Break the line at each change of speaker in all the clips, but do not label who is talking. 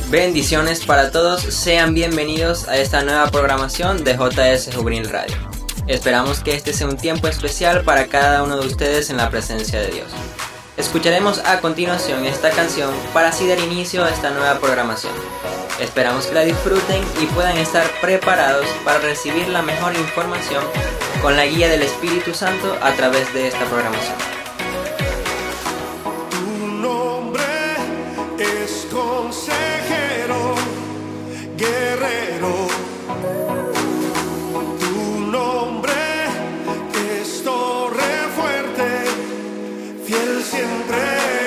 Bendiciones para todos, sean bienvenidos a esta nueva programación de JS Juvenil Radio. Esperamos que este sea un tiempo especial para cada uno de ustedes en la presencia de Dios. Escucharemos a continuación esta canción para así dar inicio a esta nueva programación. Esperamos que la disfruten y puedan estar preparados para recibir la mejor información con la guía del Espíritu Santo a través de esta programación.
Tu nombre es consejero, guerrero. Tu nombre es torre fuerte, fiel siempre.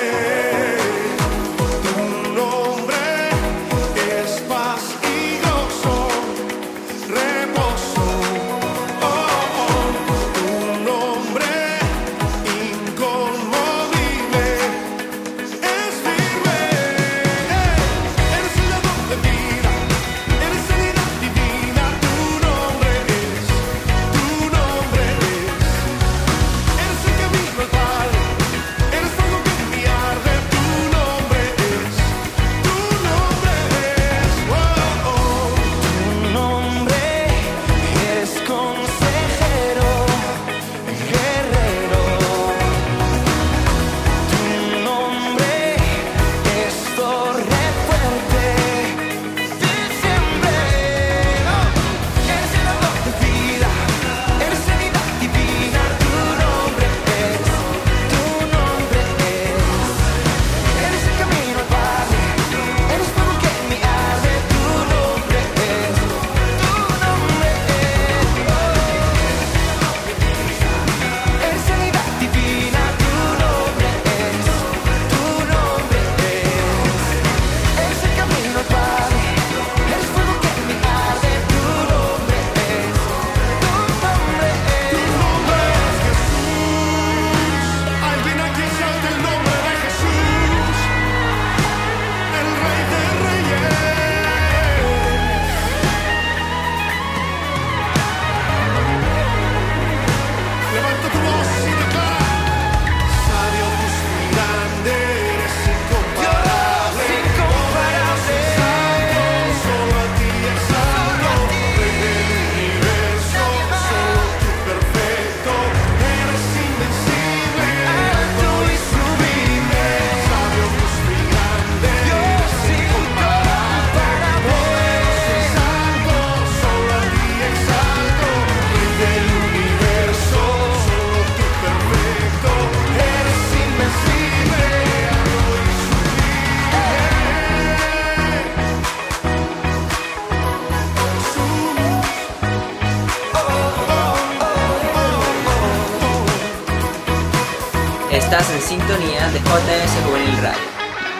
Estás en sintonía de JS Juvenil Radio.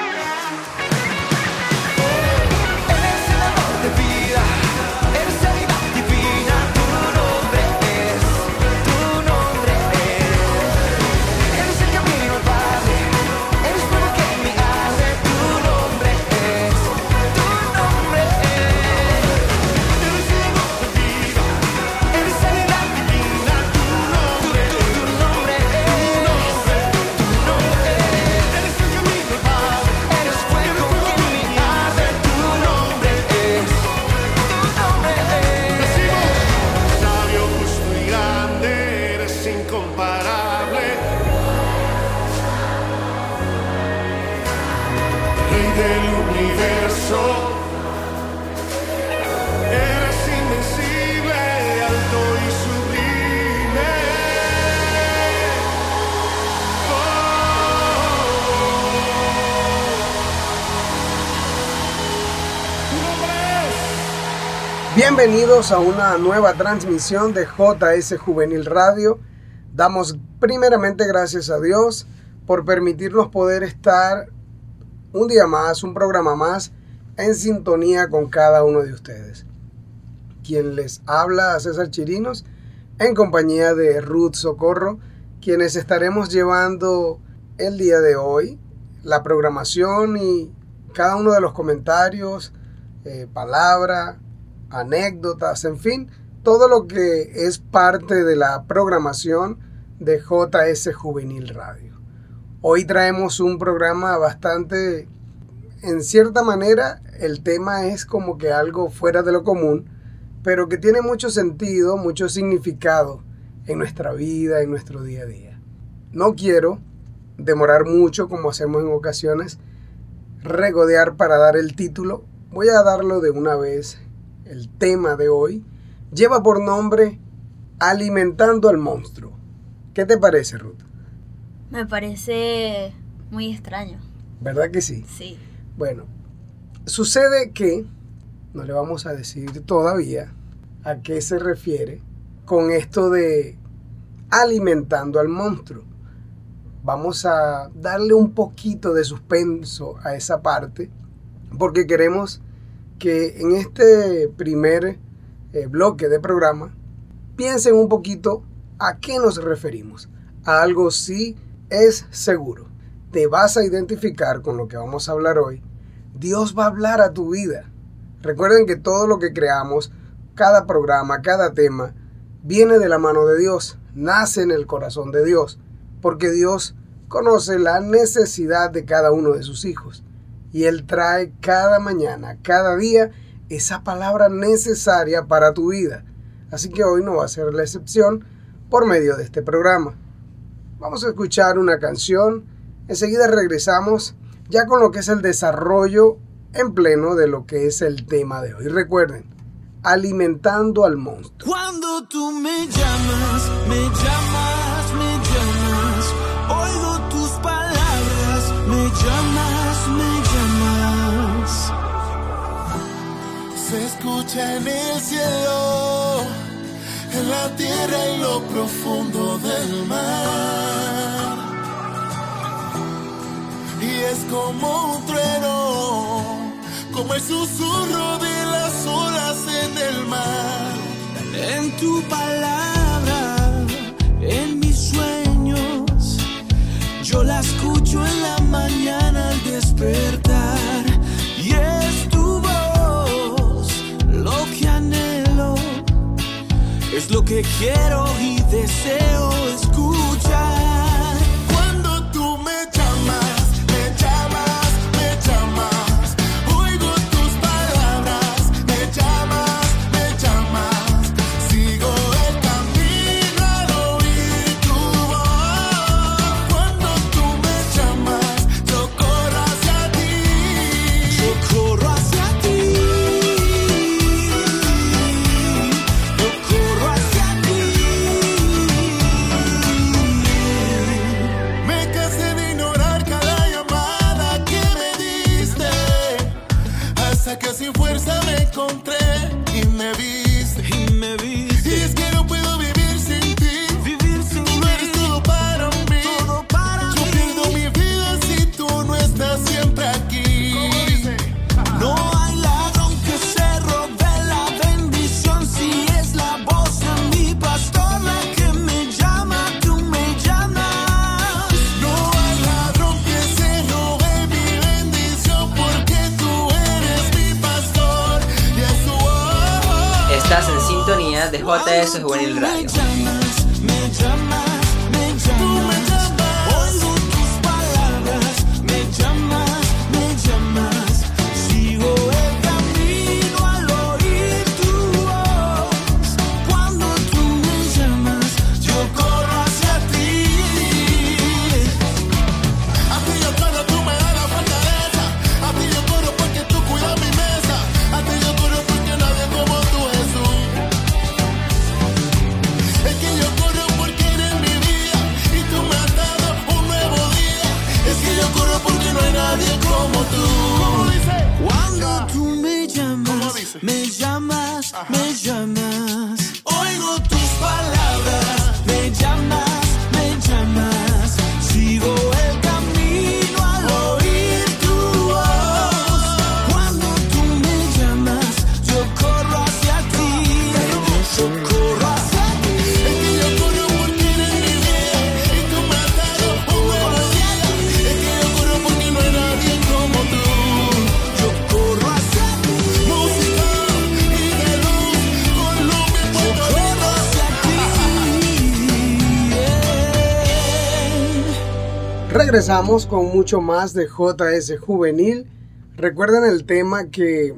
Bienvenidos a una nueva transmisión de JS Juvenil Radio. Damos primeramente gracias a Dios por permitirnos poder estar un día más, un programa más, en sintonía con cada uno de ustedes. Quien les habla, César Chirinos, en compañía de Ruth Socorro, quienes estaremos llevando el día de hoy la programación y cada uno de los comentarios, palabra, anécdotas, en fin, todo lo que es parte de la programación de JS Juvenil Radio. Hoy traemos un programa bastante en cierta manera el tema es como que algo fuera de lo común, pero que tiene mucho sentido, mucho significado en nuestra vida, en nuestro día a día. No quiero demorar mucho como hacemos en ocasiones, regodear para dar el título. Voy a darlo de una vez. El tema de hoy lleva por nombre Alimentando al monstruo. ¿Qué te parece, Ruth?
Me parece muy extraño.
¿Verdad que sí?
Sí.
Bueno, sucede que no le vamos a decir todavía a qué se refiere con esto de alimentando al monstruo. Vamos a darle un poquito de suspenso a esa parte porque queremos que en este primer bloque de programa piensen un poquito a qué nos referimos. A algo sí es seguro. Te vas a identificar con lo que vamos a hablar hoy. Dios va a hablar a tu vida. Recuerden que todo lo que creamos, cada programa, cada tema, viene de la mano de Dios, nace en el corazón de Dios, porque Dios conoce la necesidad de cada uno de sus hijos. Y Él trae cada mañana, cada día, esa palabra necesaria para tu vida. Así que hoy no va a ser la excepción por medio de este programa. Vamos a escuchar una canción. Enseguida regresamos ya con lo que es el desarrollo en pleno de lo que es el tema de hoy. Recuerden, alimentando al monstruo.
Cuando tú me llamas, oigo tus palabras, me llamas.
Se escucha en el cielo, en la tierra y lo profundo del mar. Y es como un trueno, como el susurro de las olas en el mar.
En tu palabra, en mis sueños, yo la escucho en la mañana al despertar. Y es tu voz lo que anhelo, es lo que quiero y deseo escuchar.
Cuando tú me llamas, oigo tus palabras, me llamas, sigo el camino al oír tu voz. Cuando tú me llamas, yo corro hacia ti,
Yo corro hacia ti, yo corro hacia ti.
me cansé de ignorar cada llamada que me diste, hasta que sin fuerza me encontré y me viste. Y es que no puedo vivir sin ti, tú eres todo para mí. Yo pierdo mi vida si tú no estás siempre aquí.
No hay ladrón que se robe la bendición si es la voz de mi pastor la que me llama, tú me llamas.
No hay ladrón que se robe mi bendición, porque tú eres mi pastor y es tu voz.
Estás en sintonía de JS Juvenil Radio.
Me llamas.
Tú me llamas.
Oigo tus palabras, me llamas. Sigo el camino al oír tu voz. Cuando tú me llamas, yo corro hacia ti.
A ti yo corro, tú me das la fortaleza. A ti yo corro porque tú cuidas mi mesa. A ti yo corro porque nadie como tú, Jesús. Es que yo corro porque eres mi vida y tú me has dado un nuevo día. Es que yo corro porque no hay nadie como tú. ¿Cómo dice?
Cuando tú me
¿Cómo dice?
llamas. Oigo tus palabras, me llamas. Sigo el camino al oír tu voz. Cuando tú me llamas, yo corro hacia ti. Yo corro hacia ti.
Es que yo corro porque eres mi vida y tú me has dado un nuevo día. Es que yo corro porque no hay nadie como tú.
Yo corro hacia ti.
Música y de luz, Colombia y Puerto Rico.
Corro hacia ti.
Regresamos con mucho más de JS Juvenil ¿Recuerdan el tema que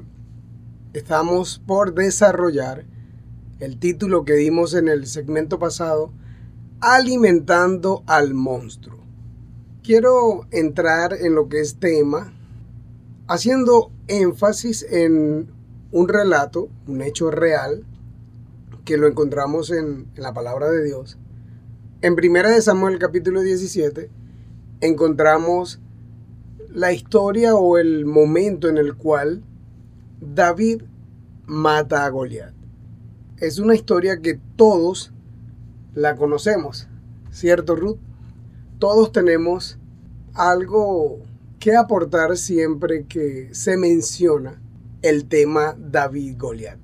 estamos por desarrollar? El título que dimos en el segmento pasado, Alimentando al monstruo. Quiero entrar en lo que es tema, haciendo énfasis en un relato, un hecho real, que lo encontramos en la palabra de Dios. En 1 Samuel capítulo 17 encontramos la historia o el momento en el cual David mata a Goliat. Es una historia que todos la conocemos, ¿cierto, Ruth? Todos tenemos algo que aportar siempre que se menciona el tema David-Goliat.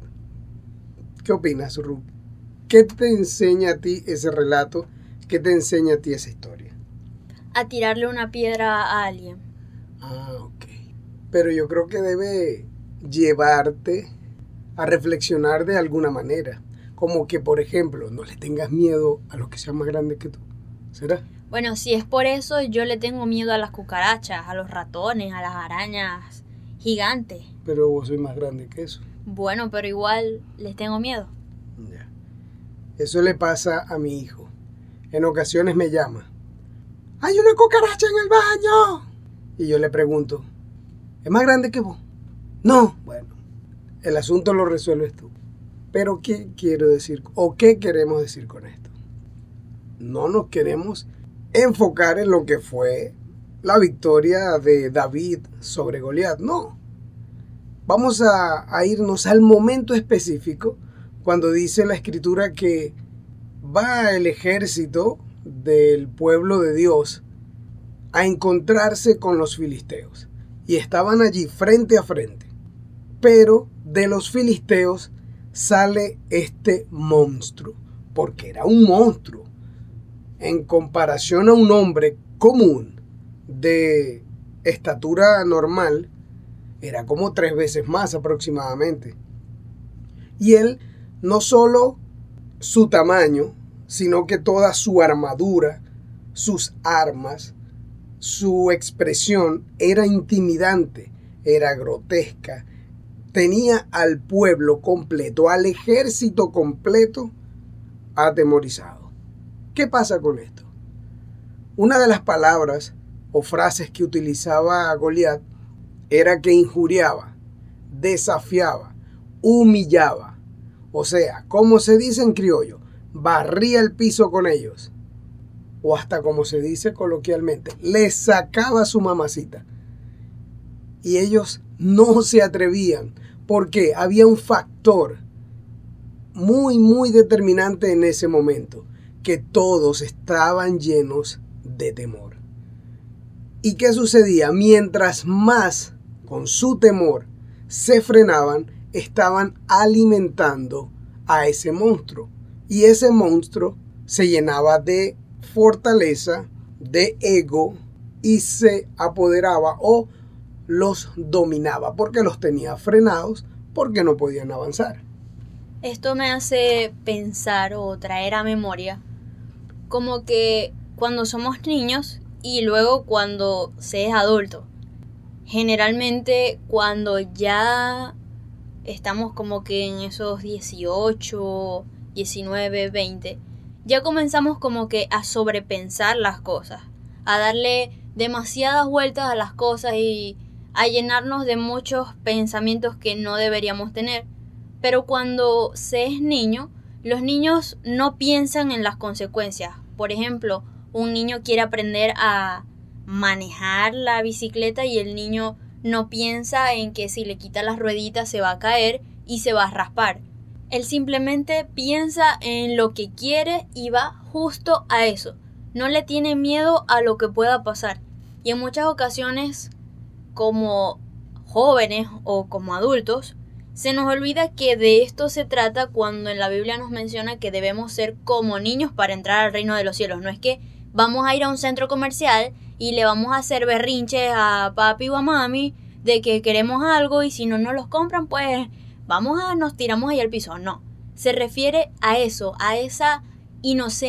¿Qué opinas, Ruth? ¿Qué te enseña a ti ese relato? ¿Qué te enseña a ti esa historia?
A tirarle una piedra a alguien.
Ah, ok. Pero yo creo que debe llevarte a reflexionar de alguna manera. Como que, por ejemplo, no le tengas miedo a los que sean más grandes que tú. ¿Será?
Bueno, si es por eso, yo le tengo miedo a las cucarachas, a los ratones, a las arañas gigantes.
Pero vos sois más grande que eso.
Bueno, pero igual les tengo miedo.
Ya. Eso le pasa a mi hijo. En ocasiones me llama. ¡Hay una cucaracha en el baño! Y yo le pregunto, ¿es más grande que vos? No. Bueno, el asunto lo resuelves tú. Pero ¿qué quiero decir? ¿O qué queremos decir con esto? No nos queremos enfocar en lo que fue la victoria de David sobre Goliat. No. Vamos a irnos al momento específico cuando dice la escritura que va el ejército del pueblo de Dios a encontrarse con los filisteos. Y estaban allí frente a frente. Pero de los filisteos sale este monstruo, porque era un monstruo. En comparación a un hombre común de estatura normal, era como 3 veces más aproximadamente. Y él, no solo su tamaño, sino que toda su armadura, sus armas, su expresión era intimidante, era grotesca. Tenía al pueblo completo, al ejército completo, atemorizado. ¿Qué pasa con esto? Una de las palabras o frases que utilizaba Goliat era que injuriaba, desafiaba, humillaba. O sea, como se dice en criollo, barría el piso con ellos. O hasta como se dice coloquialmente, les sacaba su mamacita. Y ellos no se atrevían porque había un factor muy determinante en ese momento, que todos estaban llenos de temor. ¿Y qué sucedía? Mientras más con su temor se frenaban, estaban alimentando a ese monstruo. Y ese monstruo se llenaba de fortaleza, de ego, y se apoderaba o los dominaba porque los tenía frenados, porque no podían avanzar.
Esto me hace pensar o traer a memoria como que cuando somos niños y luego cuando se es adulto. Generalmente cuando ya estamos como que en esos 18, 19, 20, ya comenzamos como que a sobrepensar las cosas, a darle demasiadas vueltas a las cosas y a llenarnos de muchos pensamientos que no deberíamos tener. Pero cuando se es niño, los niños no piensan en las consecuencias. Por ejemplo, un niño quiere aprender a manejar la bicicleta y el niño no piensa en que si le quita las rueditas se va a caer y se va a raspar. Él simplemente piensa en lo que quiere y va justo a eso. No le tiene miedo a lo que pueda pasar. Y en muchas ocasiones, como jóvenes o como adultos, se nos olvida que de esto se trata cuando en la Biblia nos menciona que debemos ser como niños para entrar al reino de los cielos. No es que vamos a ir a un centro comercial y le vamos a hacer berrinches a papi o a mami de que queremos algo y si no nos los compran, pues nos tiramos ahí al piso. No, se refiere a eso, a esa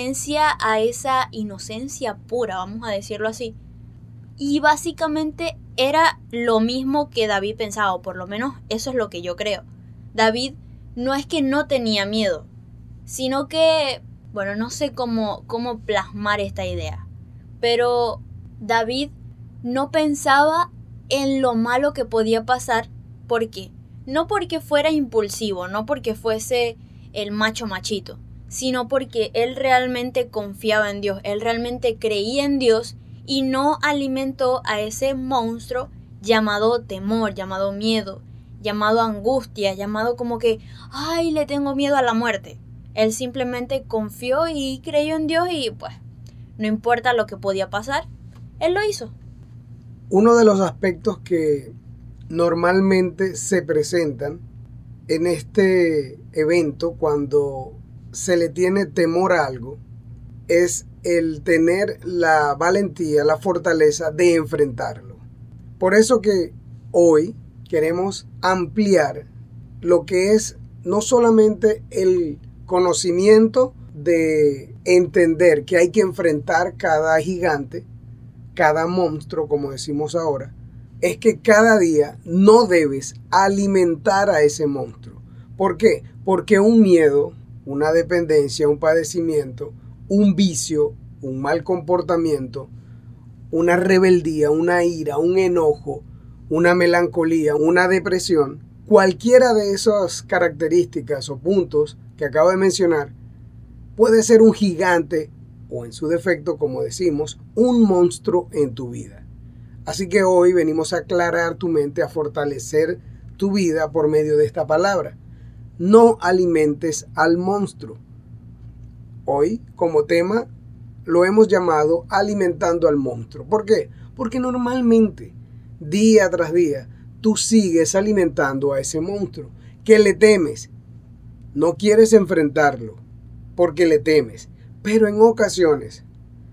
inocencia pura, vamos a decirlo así. Y básicamente era lo mismo que David pensaba, o por lo menos eso es lo que yo creo. David no es que no tenía miedo, sino que, bueno, no sé cómo plasmar esta idea, pero David no pensaba en lo malo que podía pasar. ¿Por qué? No porque fuera impulsivo, no porque fuese el macho machito, sino porque él realmente confiaba en Dios, él realmente creía en Dios y no alimentó a ese monstruo llamado temor, llamado miedo, llamado angustia, llamado como que, ay, le tengo miedo a la muerte. Él simplemente confió y creyó en Dios y pues no importa lo que podía pasar, él lo hizo.
Uno de los aspectos que normalmente se presentan en este evento cuando se le tiene temor a algo es el tener la valentía, la fortaleza de enfrentarlo. Por eso que hoy queremos ampliar lo que es no solamente el conocimiento de entender que hay que enfrentar cada gigante, cada monstruo, como decimos ahora, es que cada día no debes alimentar a ese monstruo. ¿Por qué? Porque un miedo, una dependencia, un padecimiento, un vicio, un mal comportamiento, una rebeldía, una ira, un enojo, una melancolía, una depresión, cualquiera de esas características o puntos que acabo de mencionar, puede ser un gigante o en su defecto, como decimos, un monstruo en tu vida. Así que hoy venimos a aclarar tu mente, a fortalecer tu vida por medio de esta palabra. No alimentes al monstruo. Hoy, como tema, lo hemos llamado alimentando al monstruo. ¿Por qué? Porque normalmente, día tras día, tú sigues alimentando a ese monstruo que le temes. No quieres enfrentarlo porque le temes, pero en ocasiones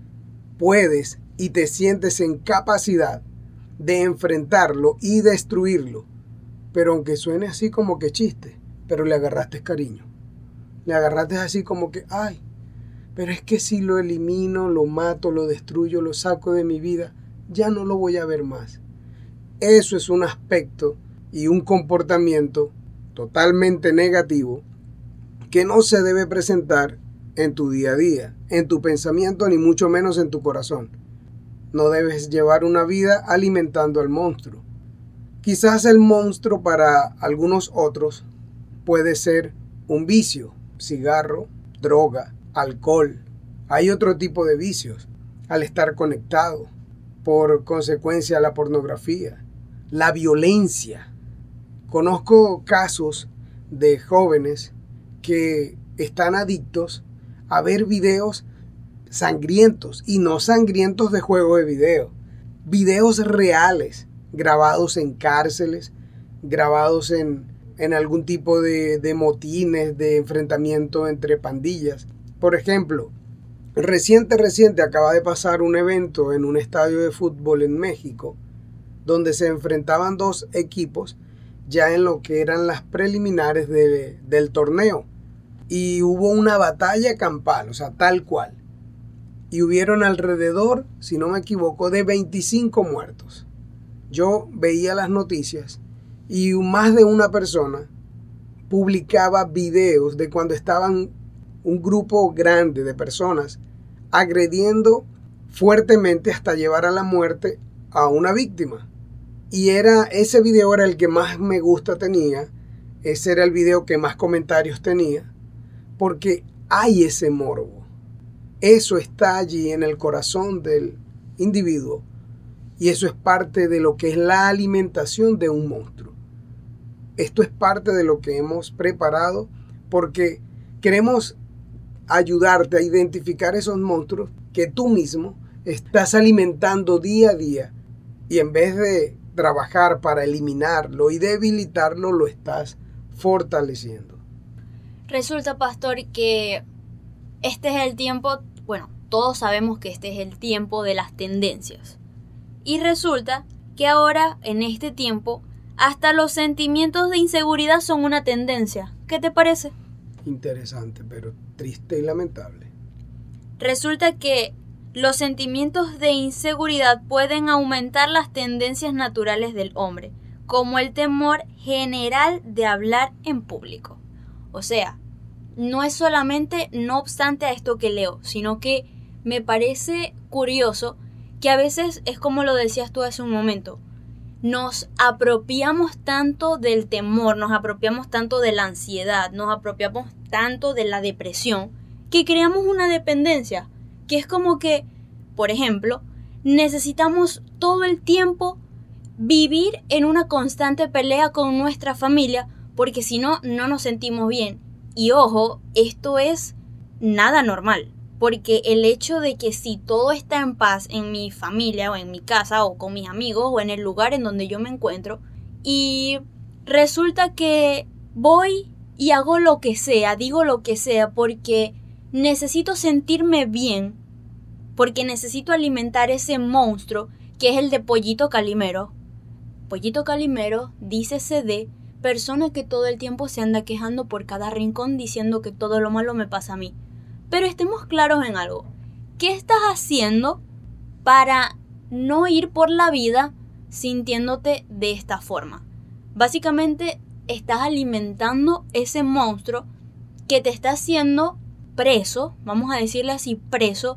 puedes y te sientes en capacidad de enfrentarlo y destruirlo. Pero aunque suene así como que chiste, pero le agarraste cariño. Le agarraste así como que, ay, pero es que si lo elimino, lo mato, lo destruyo, lo saco de mi vida, ya no lo voy a ver más. Eso es un aspecto y un comportamiento totalmente negativo que no se debe presentar en tu día a día, en tu pensamiento, ni mucho menos en tu corazón. No debes llevar una vida alimentando al monstruo. Quizás el monstruo para algunos otros puede ser un vicio, cigarro, droga, alcohol. Hay otro tipo de vicios al estar conectado, por consecuencia la pornografía, la violencia. Conozco casos de jóvenes que están adictos a ver videos sangrientos y no sangrientos de juego de video, videos reales, grabados en cárceles, grabados en algún tipo de motines, de enfrentamiento entre pandillas. Por ejemplo, reciente acaba de pasar un evento en un estadio de fútbol en México, donde se enfrentaban dos equipos ya en lo que eran las preliminares del torneo. Y hubo una batalla campal, o sea, tal cual. Y hubieron alrededor, si no me equivoco, de 25 muertos. Yo veía las noticias y más de una persona publicaba videos de cuando estaban un grupo grande de personas agrediendo fuertemente hasta llevar a la muerte a una víctima. Y ese video era el que más me gusta tenía, ese era el video que más comentarios tenía, porque hay ese morbo. Eso está allí en el corazón del individuo y eso es parte de lo que es la alimentación de un monstruo. Esto es parte de lo que hemos preparado porque queremos ayudarte a identificar esos monstruos que tú mismo estás alimentando día a día y en vez de trabajar para eliminarlo y debilitarlo, lo estás fortaleciendo.
Resulta, pastor, que este es el tiempo, bueno, todos sabemos que este es el tiempo de las tendencias. Y resulta que ahora, en este tiempo, hasta los sentimientos de inseguridad son una tendencia. ¿Qué te parece?
Interesante, pero triste y lamentable.
Resulta que los sentimientos de inseguridad pueden aumentar las tendencias naturales del hombre, como el temor general de hablar en público. O sea, no es solamente no obstante a esto que leo, sino que me parece curioso que a veces es como lo decías tú hace un momento, nos apropiamos tanto del temor, nos apropiamos tanto de la ansiedad, nos apropiamos tanto de la depresión, que creamos una dependencia, que es como que, por ejemplo, necesitamos todo el tiempo vivir en una constante pelea con nuestra familia, porque si no, no nos sentimos bien. Y ojo, esto es nada normal, porque el hecho de que si todo está en paz en mi familia o en mi casa o con mis amigos o en el lugar en donde yo me encuentro, y resulta que voy y hago lo que sea, digo lo que sea, porque necesito sentirme bien, porque necesito alimentar ese monstruo que es el de Pollito Calimero. Pollito Calimero, dícese de persona que todo el tiempo se anda quejando por cada rincón diciendo que todo lo malo me pasa a mí. Pero estemos claros en algo. ¿Qué estás haciendo para no ir por la vida sintiéndote de esta forma? Básicamente estás alimentando ese monstruo que te está haciendo preso, vamos a decirle así, preso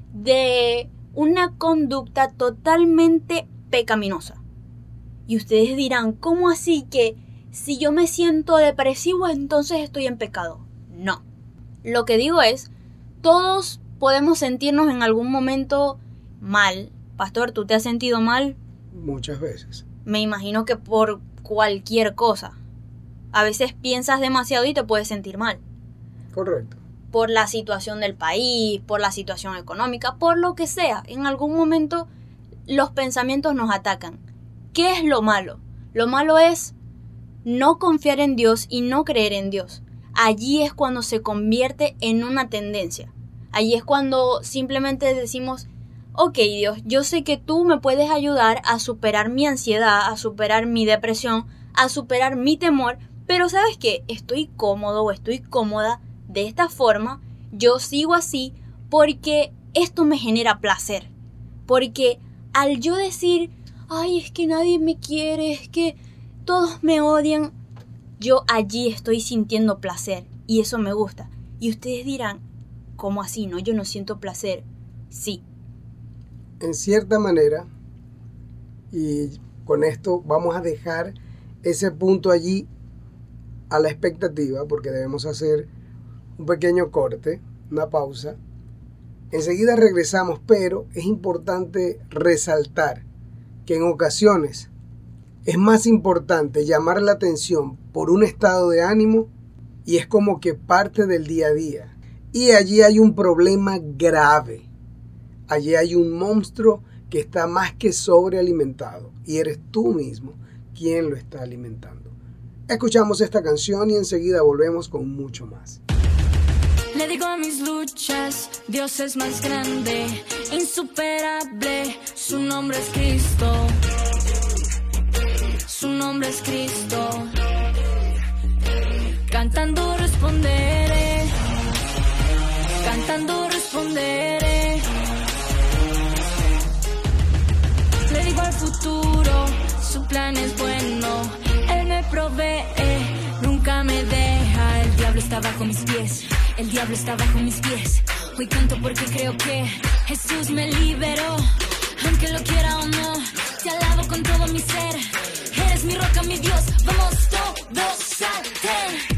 de una conducta totalmente pecaminosa. Y ustedes dirán, ¿cómo así que si yo me siento depresivo entonces estoy en pecado? No. Lo que digo es, todos podemos sentirnos en algún momento mal. Pastor, ¿tú te has sentido mal?
Muchas veces.
Me imagino que por cualquier cosa. A veces piensas demasiado y te puedes sentir mal.
Correcto.
Por la situación del país, por la situación económica, por lo que sea. En algún momento los pensamientos nos atacan. ¿Qué es lo malo? Lo malo es no confiar en Dios y no creer en Dios. Allí es cuando se convierte en una tendencia. Allí es cuando simplemente decimos, ok Dios, yo sé que tú me puedes ayudar a superar mi ansiedad, a superar mi depresión, a superar mi temor, pero ¿sabes qué? Estoy cómodo o estoy cómoda de esta forma, yo sigo así porque esto me genera placer. Porque al yo decir, ay, es que nadie me quiere, es que todos me odian, yo allí estoy sintiendo placer y eso me gusta. Y ustedes dirán, ¿cómo así? No, yo no siento placer. Sí.
En cierta manera, y con esto vamos a dejar ese punto allí a la expectativa, porque debemos hacer un pequeño corte, una pausa. Enseguida regresamos, pero es importante resaltar que en ocasiones es más importante llamar la atención por un estado de ánimo y es como que parte del día a día. Y allí hay un problema grave. Allí hay un monstruo que está más que sobrealimentado y eres tú mismo quien lo está alimentando. Escuchamos esta canción y enseguida volvemos con mucho más.
Le digo a mis luchas, Dios es más grande, insuperable, su nombre es Cristo. Su nombre es Cristo. Cantando responderé, cantando responderé. Le digo al futuro, su plan es bueno, Él me provee, nunca me deja. El diablo está bajo mis pies, el diablo está bajo mis pies. Hoy canto porque creo que Jesús me liberó. Aunque lo quiera o no, te alabo con todo mi ser. Eres mi roca, mi Dios, vamos todos a ti.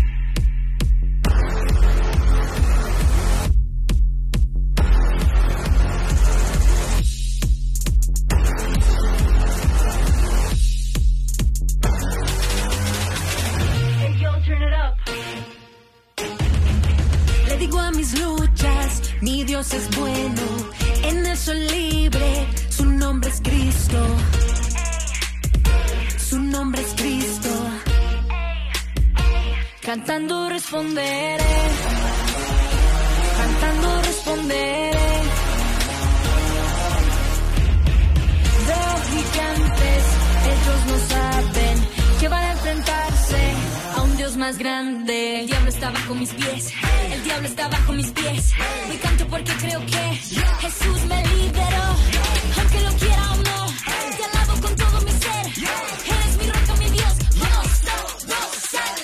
Le digo a mis luchas, mi Dios es bueno, en Él soy libre, su nombre es Cristo. Su nombre es Cristo. Cantando responderé, cantando responderé. Veo gigantes, ellos no saben que van a enfrentarse a un Dios más grande. El diablo está bajo mis pies, el diablo está bajo mis pies. Hoy canto porque creo que Jesús me liberó. Aunque lo quiera o no, te alabo con todo mi ser. Eres mi roca, mi Dios. Vamos todos al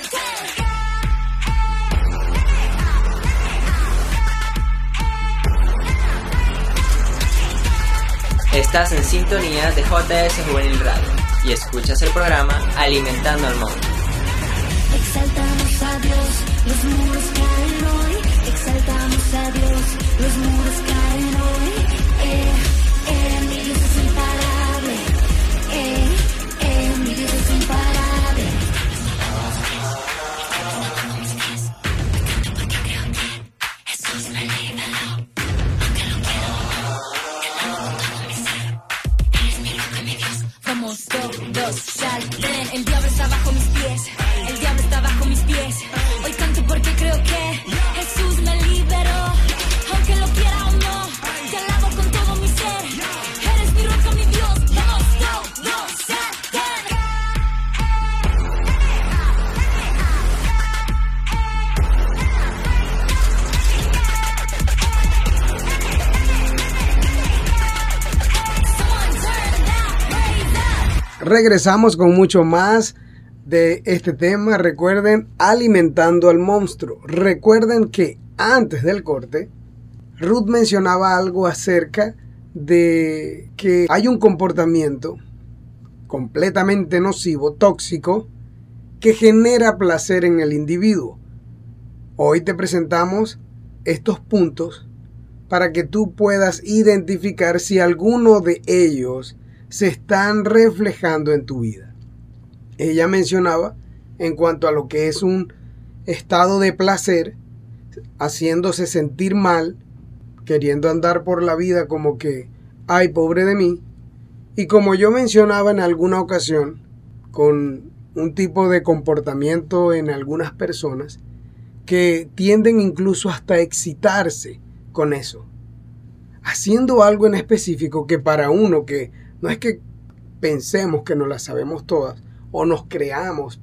Estás en sintonía de JS Juvenil Radio y escuchas el programa Alimentando al Mundo.
Exaltamos a Dios, los muros caen hoy. Exaltamos a Dios, los muros caen hoy. Mi Dios es imparable. Mi Dios es imparable. Jesús me liberó. Aunque lo quiero, eres mi roca, mi Dios. Vamos todos, salten. El diablo está bajo mis pies. El diablo está bajo mis pies. Hoy canto porque creo que Jesús me liberó. Aunque lo quiera o no, te alabo con todo mi ser. Eres mi roca, mi Dios. Vamos todos, salten. Someone turn that praise up.
Regresamos con mucho más de este tema. Recuerden, alimentando al monstruo. Recuerden que antes del corte, Ruth mencionaba algo acerca de que hay un comportamiento completamente nocivo, tóxico, que genera placer en el individuo. Hoy te presentamos estos puntos para que tú puedas identificar si alguno de ellos se están reflejando en tu vida. Ella mencionaba en cuanto a lo que es un estado de placer, haciéndose sentir mal, queriendo andar por la vida como que, ay, pobre de mí. Y como yo mencionaba en alguna ocasión, con un tipo de comportamiento en algunas personas que tienden incluso hasta a excitarse con eso, haciendo algo en específico que para uno, que no es que pensemos que no las sabemos todas, o nos creemos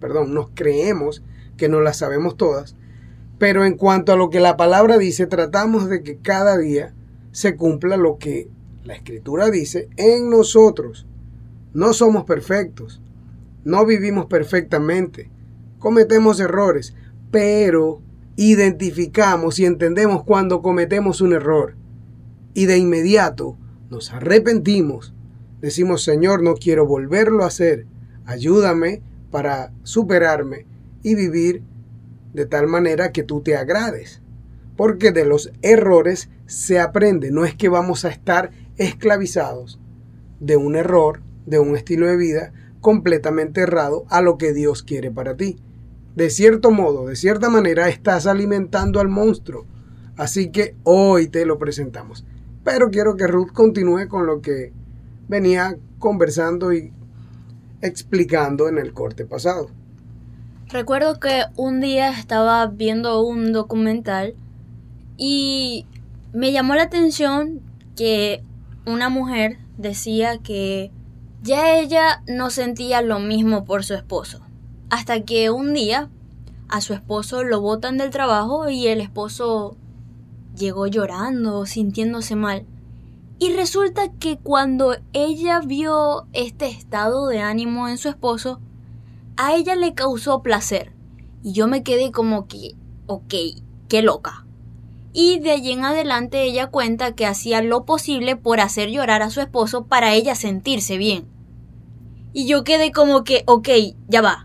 que no las sabemos todas, pero en cuanto a lo que la palabra dice, tratamos de que cada día se cumpla lo que la Escritura dice en nosotros. No somos perfectos, no vivimos perfectamente, cometemos errores, pero identificamos y entendemos cuando cometemos un error y de inmediato nos arrepentimos. Decimos, Señor, no quiero volverlo a hacer. Ayúdame para superarme y vivir de tal manera que tú te agrades. Porque de los errores se aprende. No es que vamos a estar esclavizados de un error, de un estilo de vida completamente errado a lo que Dios quiere para ti. De cierto modo, de cierta manera, estás alimentando al monstruo. Así que hoy te lo presentamos. Pero quiero que Ruth continúe con lo que venía conversando y explicando en el corte pasado.
Recuerdo que un día estaba viendo un documental y me llamó la atención que una mujer decía que ya ella no sentía lo mismo por su esposo. Hasta que un día a su esposo lo botan del trabajo y el esposo llegó llorando, sintiéndose mal. Y resulta que cuando ella vio este estado de ánimo en su esposo, a ella le causó placer. Y yo me quedé como que, ok, qué loca. Y de allí en adelante ella cuenta que hacía lo posible por hacer llorar a su esposo para ella sentirse bien. Y yo quedé como que, ok, ya va.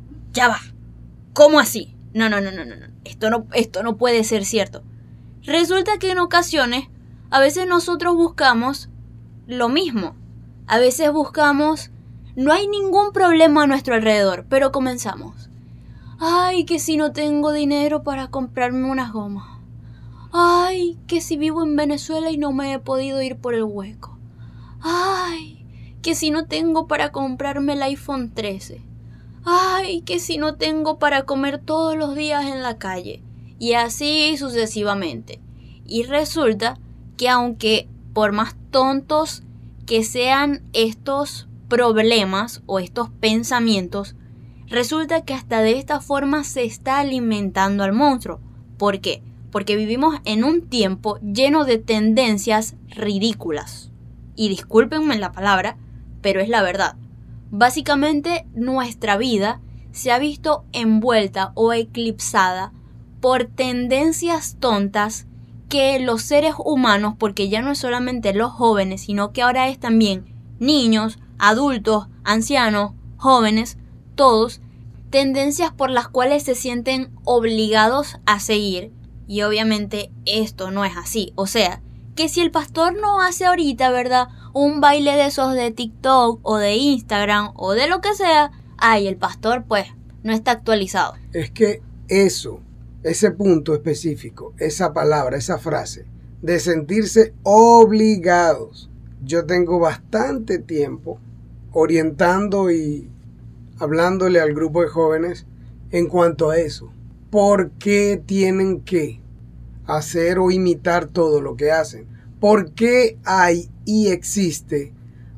¿Cómo así? No. Esto no puede ser cierto. Resulta que en ocasiones, a veces nosotros buscamos lo mismo. A veces buscamos, no hay ningún problema a nuestro alrededor, pero comenzamos. Ay, que si no tengo dinero para comprarme unas gomas. Ay, que si vivo en Venezuela y no me he podido ir por el hueco. Ay, que si no tengo para comprarme el iPhone 13. Ay, que si no tengo para comer todos los días en la calle. Y así sucesivamente. Y resulta que aunque por más tontos que sean estos problemas o estos pensamientos, Resulta que hasta de esta forma se está alimentando al monstruo. ¿Por qué? Porque vivimos en un tiempo lleno de tendencias ridículas. Y discúlpenme la palabra, pero es la verdad. Básicamente nuestra vida se ha visto envuelta o eclipsada por tendencias tontas que los seres humanos, porque ya no es solamente los jóvenes, sino que ahora es también niños, adultos, ancianos, jóvenes, todos, tendencias por las cuales se sienten obligados a seguir. Y obviamente esto no es así. O sea, que si el pastor no hace ahorita, ¿verdad?, un baile de esos de TikTok o de Instagram o de lo que sea, ay, el pastor pues no está actualizado.
Es que eso, ese punto específico, esa palabra, esa frase, de sentirse obligados. Yo tengo bastante tiempo orientando y hablándole al grupo de jóvenes en cuanto a eso. ¿Por qué tienen que hacer o imitar todo lo que hacen? ¿Por qué hay y existe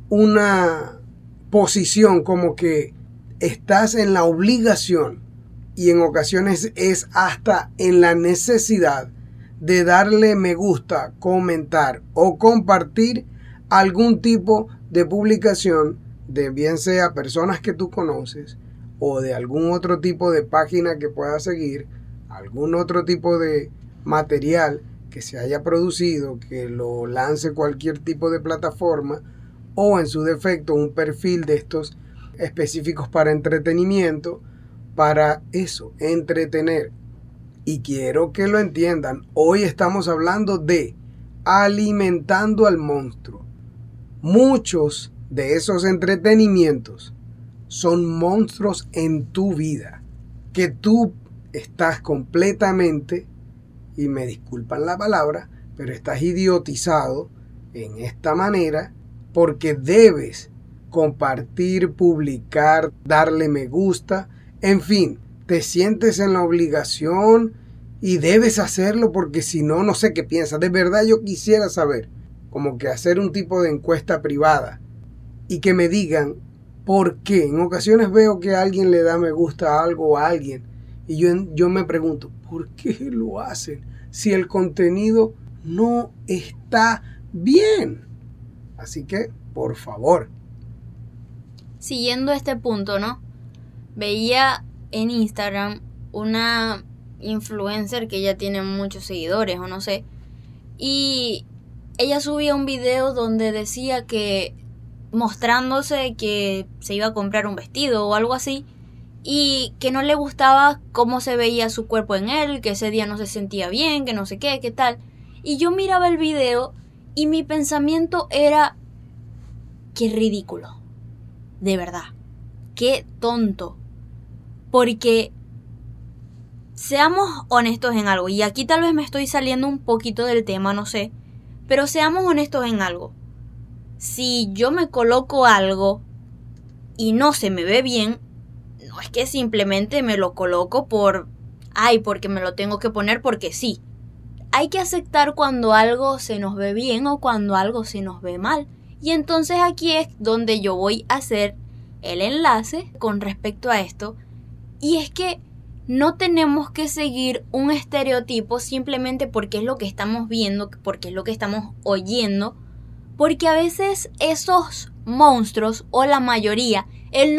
una posición como que estás en la obligación y en ocasiones es hasta en la necesidad de darle me gusta, comentar o compartir algún tipo de publicación de bien sea personas que tú conoces o de algún otro tipo de página que puedas seguir, algún otro tipo de material que se haya producido, que lo lance cualquier tipo de plataforma o en su defecto un perfil de estos específicos para entretenimiento, para eso, entretener. Y quiero que lo entiendan, hoy estamos hablando de alimentando al monstruo. Muchos de esos entretenimientos son monstruos en tu vida, que tú estás completamente, y me disculpan la palabra, pero estás idiotizado en esta manera porque debes compartir, publicar, darle me gusta, en fin, te sientes en la obligación y debes hacerlo porque si no, no sé qué piensas. De verdad yo quisiera saber, como que hacer un tipo de encuesta privada y que me digan por qué. En ocasiones veo que alguien le da me gusta a algo o a alguien y yo me pregunto, ¿por qué lo hacen si el contenido no está bien? Así que, por favor.
Siguiendo este punto, ¿no? Veía en Instagram una influencer que ya tiene muchos seguidores o no sé, y ella subía un video donde decía que mostrándose que se iba a comprar un vestido o algo así y que no le gustaba cómo se veía su cuerpo en él, que ese día no se sentía bien, que no sé qué tal. Y yo miraba el video y mi pensamiento era, qué ridículo, de verdad, qué tonto. Porque seamos honestos en algo, y aquí tal vez me estoy saliendo un poquito del tema, no sé, pero seamos honestos en algo. Si yo me coloco algo y no se me ve bien, no es que simplemente me lo coloco porque me lo tengo que poner porque sí. Hay que aceptar cuando algo se nos ve bien o cuando algo se nos ve mal. Y entonces aquí es donde yo voy a hacer el enlace con respecto a esto. Y es que no tenemos que seguir un estereotipo simplemente porque es lo que estamos viendo, porque es lo que estamos oyendo. Porque a veces esos monstruos, o la mayoría, el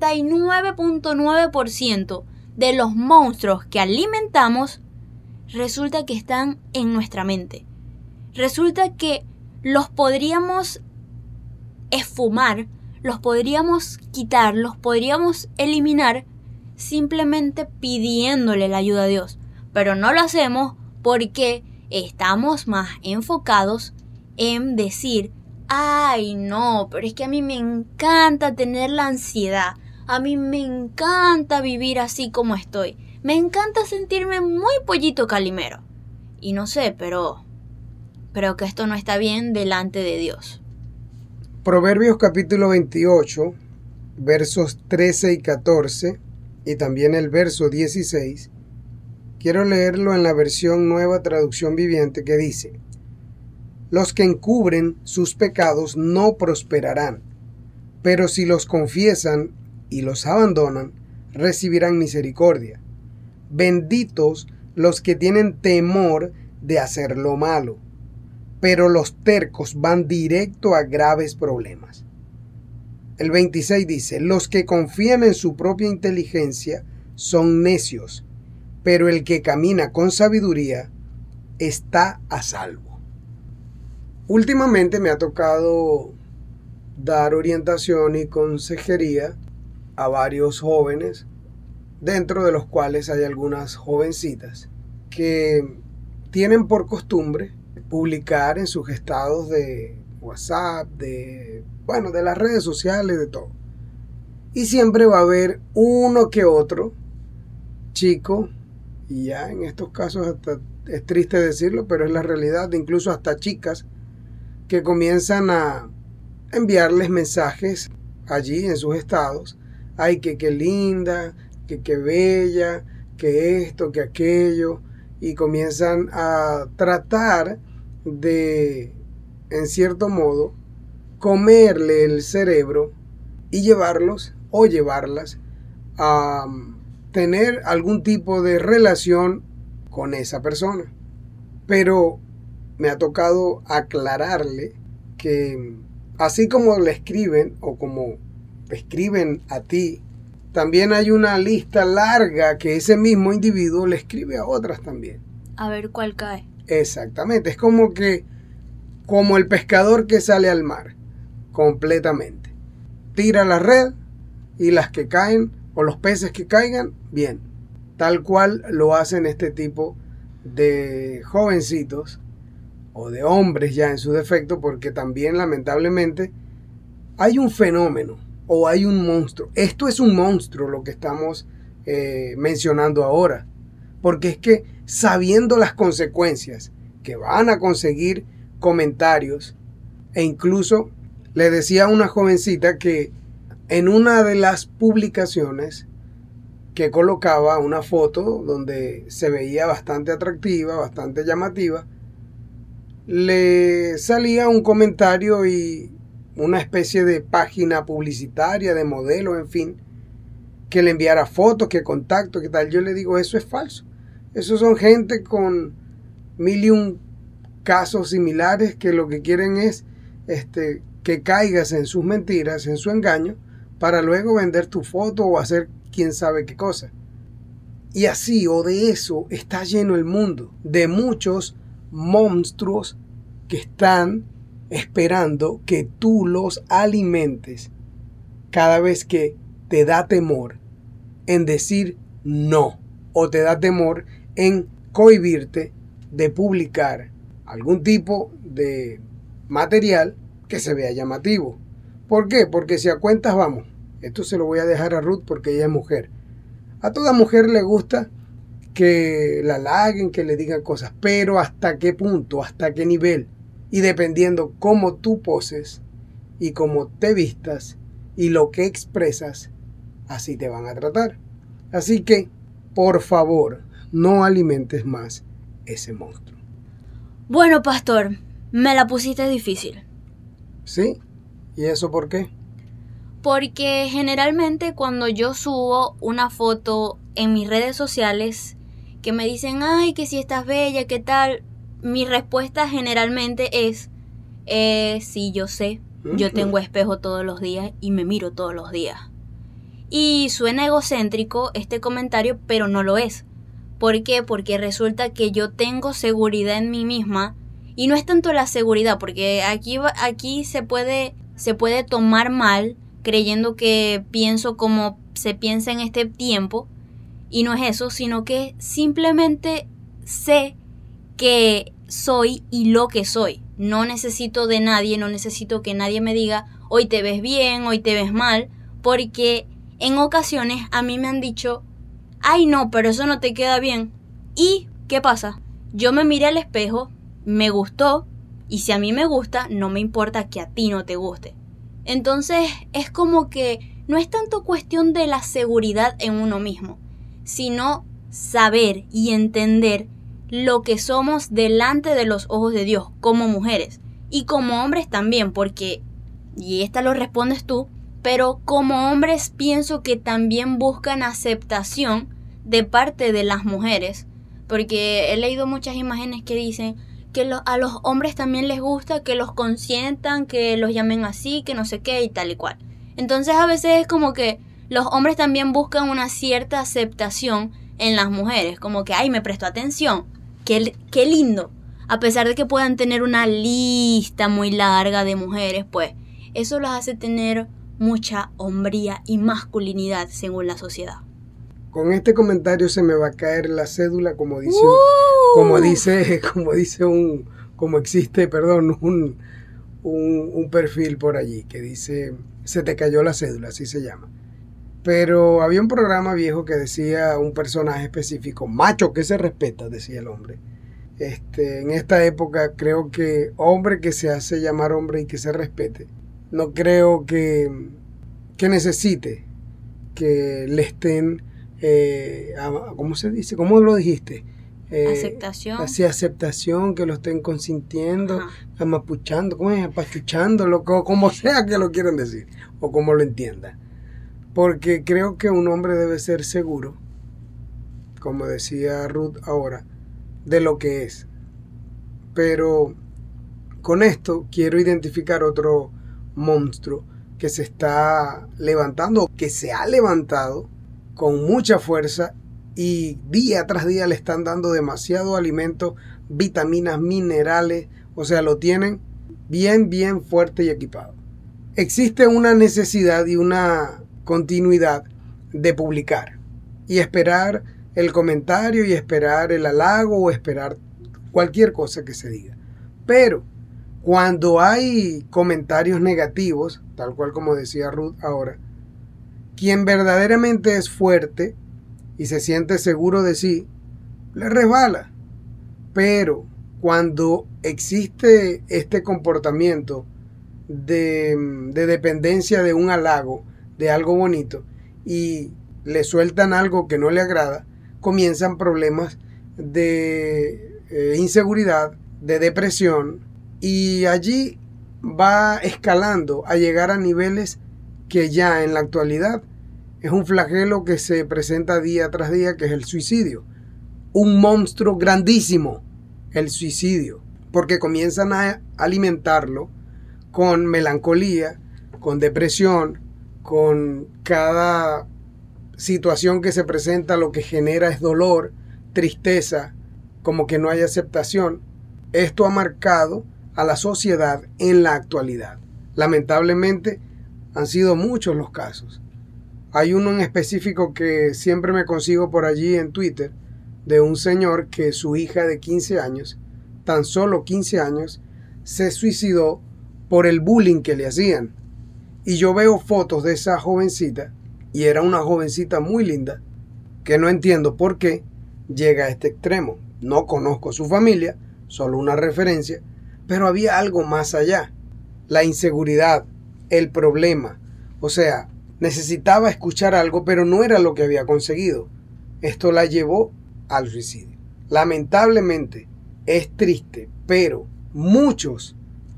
99.9% de los monstruos que alimentamos, resulta que están en nuestra mente. Resulta que los podríamos esfumar, los podríamos quitar, los podríamos eliminar simplemente pidiéndole la ayuda a Dios. Pero no lo hacemos porque estamos más enfocados en decir, ay no, pero es que a mí me encanta tener la ansiedad, a mí me encanta vivir así como estoy, me encanta sentirme muy pollito calimero. Y no sé, pero que esto no está bien delante de Dios.
Proverbios capítulo 28, versos 13 y 14, y también el verso 16, quiero leerlo en la versión Nueva Traducción Viviente, que dice: los que encubren sus pecados no prosperarán, pero si los confiesan y los abandonan, recibirán misericordia. Benditos los que tienen temor de hacer lo malo, pero los tercos van directo a graves problemas. El 26 dice, los que confían en su propia inteligencia son necios, pero el que camina con sabiduría está a salvo. Últimamente me ha tocado dar orientación y consejería a varios jóvenes, dentro de los cuales hay algunas jovencitas que tienen por costumbre publicar en sus estados de WhatsApp, de las redes sociales, de todo. Y siempre va a haber uno que otro chico, y ya en estos casos hasta es triste decirlo, pero es la realidad, incluso hasta chicas, que comienzan a enviarles mensajes allí en sus estados. Ay, que qué linda, que qué bella, que esto, que aquello. Y comienzan a tratar de, en cierto modo, comerle el cerebro y llevarlos o llevarlas a tener algún tipo de relación con esa persona. Pero me ha tocado aclararle que así como le escriben o como te escriben a ti, también hay una lista larga que ese mismo individuo le escribe a otras también.
A ver cuál cae.
Exactamente, es como el pescador que sale al mar, completamente. Tira la red y las que caen o los peces que caigan, bien. Tal cual lo hacen este tipo de jovencitos o de hombres ya en su defecto, porque también lamentablemente hay un fenómeno o hay un monstruo. Esto es un monstruo lo que estamos mencionando ahora, porque es que sabiendo las consecuencias que van a conseguir comentarios, e incluso le decía a una jovencita que en una de las publicaciones que colocaba una foto donde se veía bastante atractiva, bastante llamativa, le salía un comentario y una especie de página publicitaria, de modelo, en fin, que le enviara fotos, que contacto, que tal. Yo le digo, eso es falso. Esos son gente con 1001 casos similares que lo que quieren es que caigas en sus mentiras, en su engaño, para luego vender tu foto o hacer quién sabe qué cosa. Y así, o de eso, está lleno el mundo, de muchos monstruos que están esperando que tú los alimentes cada vez que te da temor en decir no, o te da temor en cohibirte de publicar algún tipo de material que se vea llamativo. ¿Por qué? Porque si a cuentas vamos, esto se lo voy a dejar a Ruth porque ella es mujer. A toda mujer le gusta que la halaguen, que le digan cosas, pero ¿hasta qué punto? ¿Hasta qué nivel? Y dependiendo cómo tú poses y cómo te vistas y lo que expresas, así te van a tratar. Así que, por favor, no alimentes más ese monstruo.
Bueno, pastor, me la pusiste difícil.
¿Sí? ¿Y eso por qué?
Porque generalmente cuando yo subo una foto en mis redes sociales que me dicen, ay, que si estás bella, ¿qué tal? Mi respuesta generalmente es, sí, yo sé, yo tengo espejo todos los días y me miro todos los días. Y suena egocéntrico este comentario, pero no lo es. ¿Por qué? Porque resulta que yo tengo seguridad en mí misma, y no es tanto la seguridad, porque aquí se puede tomar mal, creyendo que pienso como se piensa en este tiempo, y no es eso, sino que simplemente sé que soy y lo que soy. No necesito de nadie, no necesito que nadie me diga, hoy te ves bien, hoy te ves mal, porque en ocasiones a mí me han dicho, ay no, pero eso no te queda bien. ¿Y qué pasa? Yo me miré al espejo, me gustó, y si a mí me gusta, no me importa que a ti no te guste. Entonces es como que no es tanto cuestión de la seguridad en uno mismo, sino saber y entender lo que somos delante de los ojos de Dios como mujeres y como hombres también, porque, y esta lo respondes tú, Pero como hombres pienso que también buscan aceptación de parte de las mujeres, porque he leído muchas imágenes que dicen que a los hombres también les gusta que los consientan, que los llamen así, que no sé qué y tal y cual. Entonces a veces es como que los hombres también buscan una cierta aceptación en las mujeres, como que, ay, me prestó atención, qué lindo. A pesar de que puedan tener una lista muy larga de mujeres, pues eso los hace tener mucha hombría y masculinidad según la sociedad.
Con este comentario se me va a caer la cédula, como existe un perfil por allí que dice, se te cayó la cédula, así se llama. Pero había un programa viejo que decía un personaje específico, macho que se respeta, decía el hombre. En esta época creo que hombre que se hace llamar hombre y que se respete, no creo que necesite que le estén, ¿cómo se dice? ¿Cómo lo dijiste?
Aceptación.
Así, aceptación, que lo estén consintiendo,
Ajá.
amapuchando, ¿cómo es? Apachuchando, como sea que lo quieran decir, o como lo entiendan. Porque creo que un hombre debe ser seguro, como decía Ruth ahora, de lo que es. Pero con esto quiero identificar otro monstruo que se está levantando, que se ha levantado con mucha fuerza y día tras día le están dando demasiado alimento, vitaminas, minerales, o sea, lo tienen bien fuerte y equipado. Existe una necesidad y una continuidad de publicar y esperar el comentario y esperar el halago o esperar cualquier cosa que se diga. Pero cuando hay comentarios negativos, tal cual como decía Ruth ahora, quien verdaderamente es fuerte y se siente seguro de sí, le resbala. Pero cuando existe este comportamiento de dependencia de un halago, de algo bonito, y le sueltan algo que no le agrada, comienzan problemas de inseguridad, de depresión, y allí va escalando a llegar a niveles que ya en la actualidad es un flagelo que se presenta día tras día, que es el suicidio. Un monstruo grandísimo, el suicidio, porque comienzan a alimentarlo con melancolía, con depresión, con cada situación que se presenta, lo que genera es dolor, tristeza, como que no hay aceptación. Esto ha marcado a la sociedad en la actualidad. Lamentablemente han sido muchos los casos. Hay uno en específico que siempre me consigo por allí en Twitter, de un señor que su hija de 15 años, tan solo 15 años, se suicidó por el bullying que le hacían. Y yo veo fotos de esa jovencita, y era una jovencita muy linda, que no entiendo por qué llega a este extremo. No conozco su familia, solo una referencia, pero había algo más allá. La inseguridad, el problema. O sea, necesitaba escuchar algo, pero no era lo que había conseguido. Esto la llevó al suicidio. Lamentablemente, es triste, pero muchos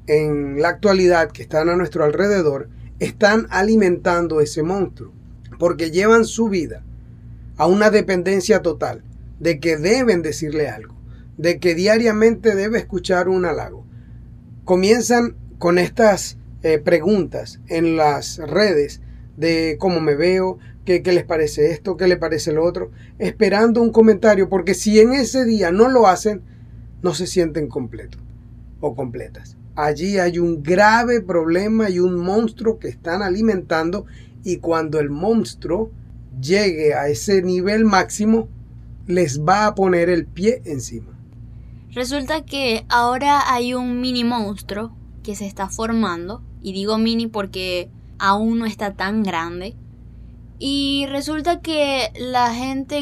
en la actualidad que están a nuestro alrededor están alimentando ese monstruo, porque llevan su vida a una dependencia total de que deben decirle algo, de que diariamente debe escuchar un halago. Comienzan con estas preguntas en las redes de cómo me veo, qué les parece esto, qué le parece lo otro, esperando un comentario, porque si en ese día no lo hacen, no se sienten completos o completas. Allí hay un grave problema y un monstruo que están alimentando, y cuando el monstruo llegue a ese nivel máximo, les va a poner el pie encima.
Resulta que ahora hay un mini monstruo que se está formando, y digo mini porque aún no está tan grande, y resulta que la gente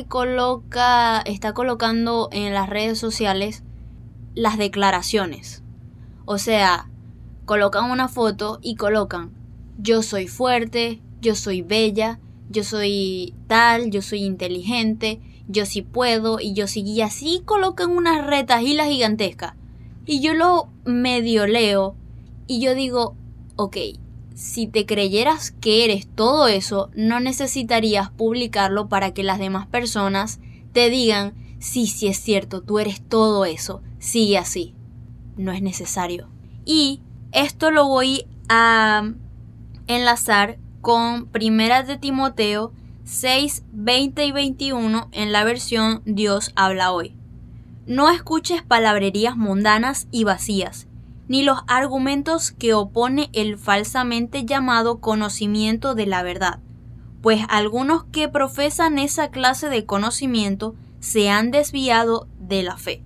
está colocando en las redes sociales las declaraciones. O sea, colocan una foto y colocan: yo soy fuerte, yo soy bella, yo soy tal, yo soy inteligente, yo sí puedo, y yo sí, y así colocan unas retahilas gigantescas. Y yo lo medio leo y yo digo, ok, si te creyeras que eres todo eso, no necesitarías publicarlo para que las demás personas te digan, sí es cierto, tú eres todo eso, sigue así. No es necesario. Y esto lo voy a enlazar con 1 de Timoteo 6, 20 y 21 en la versión Dios habla hoy. No escuches palabrerías mundanas y vacías, ni los argumentos que opone el falsamente llamado conocimiento de la verdad, pues algunos que profesan esa clase de conocimiento se han desviado de la fe.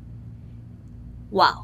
¡Wow!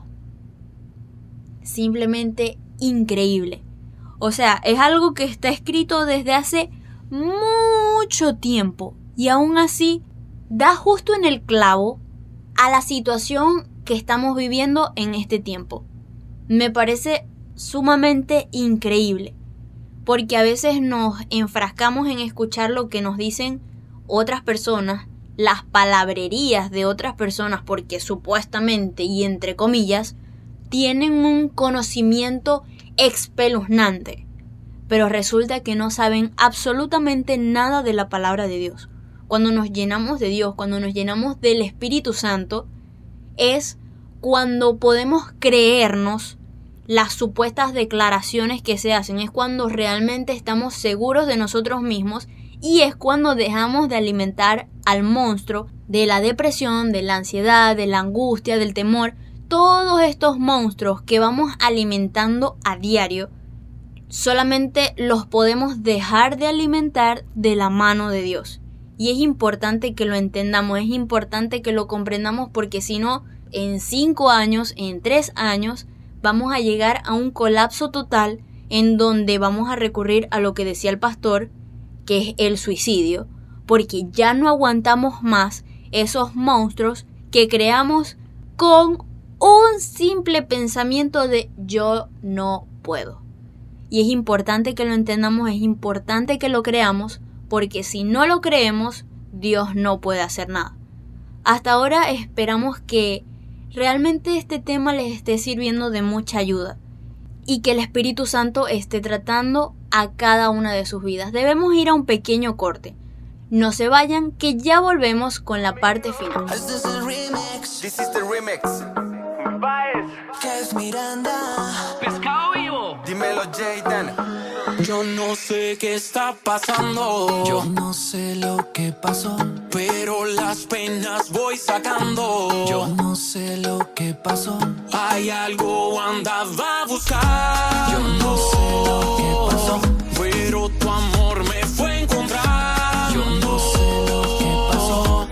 Simplemente increíble. O sea, es algo que está escrito desde hace mucho tiempo y aún así da justo en el clavo a la situación que estamos viviendo en este tiempo. Me parece sumamente increíble, porque a veces nos enfrascamos en escuchar lo que nos dicen otras personas, las palabrerías de otras personas, porque supuestamente y entre comillas tienen un conocimiento espeluznante, pero resulta que no saben absolutamente nada de la palabra de Dios. Cuando nos llenamos de Dios, cuando nos llenamos del Espíritu Santo, es cuando podemos creernos las supuestas declaraciones que se hacen, es cuando realmente estamos seguros de nosotros mismos y es cuando dejamos de alimentar al monstruo de la depresión, de la ansiedad, de la angustia, del temor. Todos estos monstruos que vamos alimentando a diario, solamente los podemos dejar de alimentar de la mano de Dios. Y es importante que lo entendamos, es importante que lo comprendamos, porque si no, en 5 años, en 3 años, vamos a llegar a un colapso total en donde vamos a recurrir a lo que decía el pastor, que es el suicidio, porque ya no aguantamos más esos monstruos que creamos con un simple pensamiento de yo no puedo. Y es importante que lo entendamos, es importante que lo creamos, porque si no lo creemos, Dios no puede hacer nada. Hasta ahora esperamos que realmente este tema les esté sirviendo de mucha ayuda y que el Espíritu Santo esté tratando a cada una de sus vidas. Debemos ir a un pequeño corte. No se vayan, que ya volvemos con la parte final.
Este es el remix.
This is the remix.
¿Qué es Miranda?
Pescado vivo.
Dímelo, Jayden.
Yo no sé qué está pasando. Yo no sé lo que pasó, pero las penas voy sacando. Yo no sé lo que pasó. Hay algo andaba a buscar. Yo no sé lo que pasó, pero tu amor me fue a encontrar. Yo no sé lo que pasó.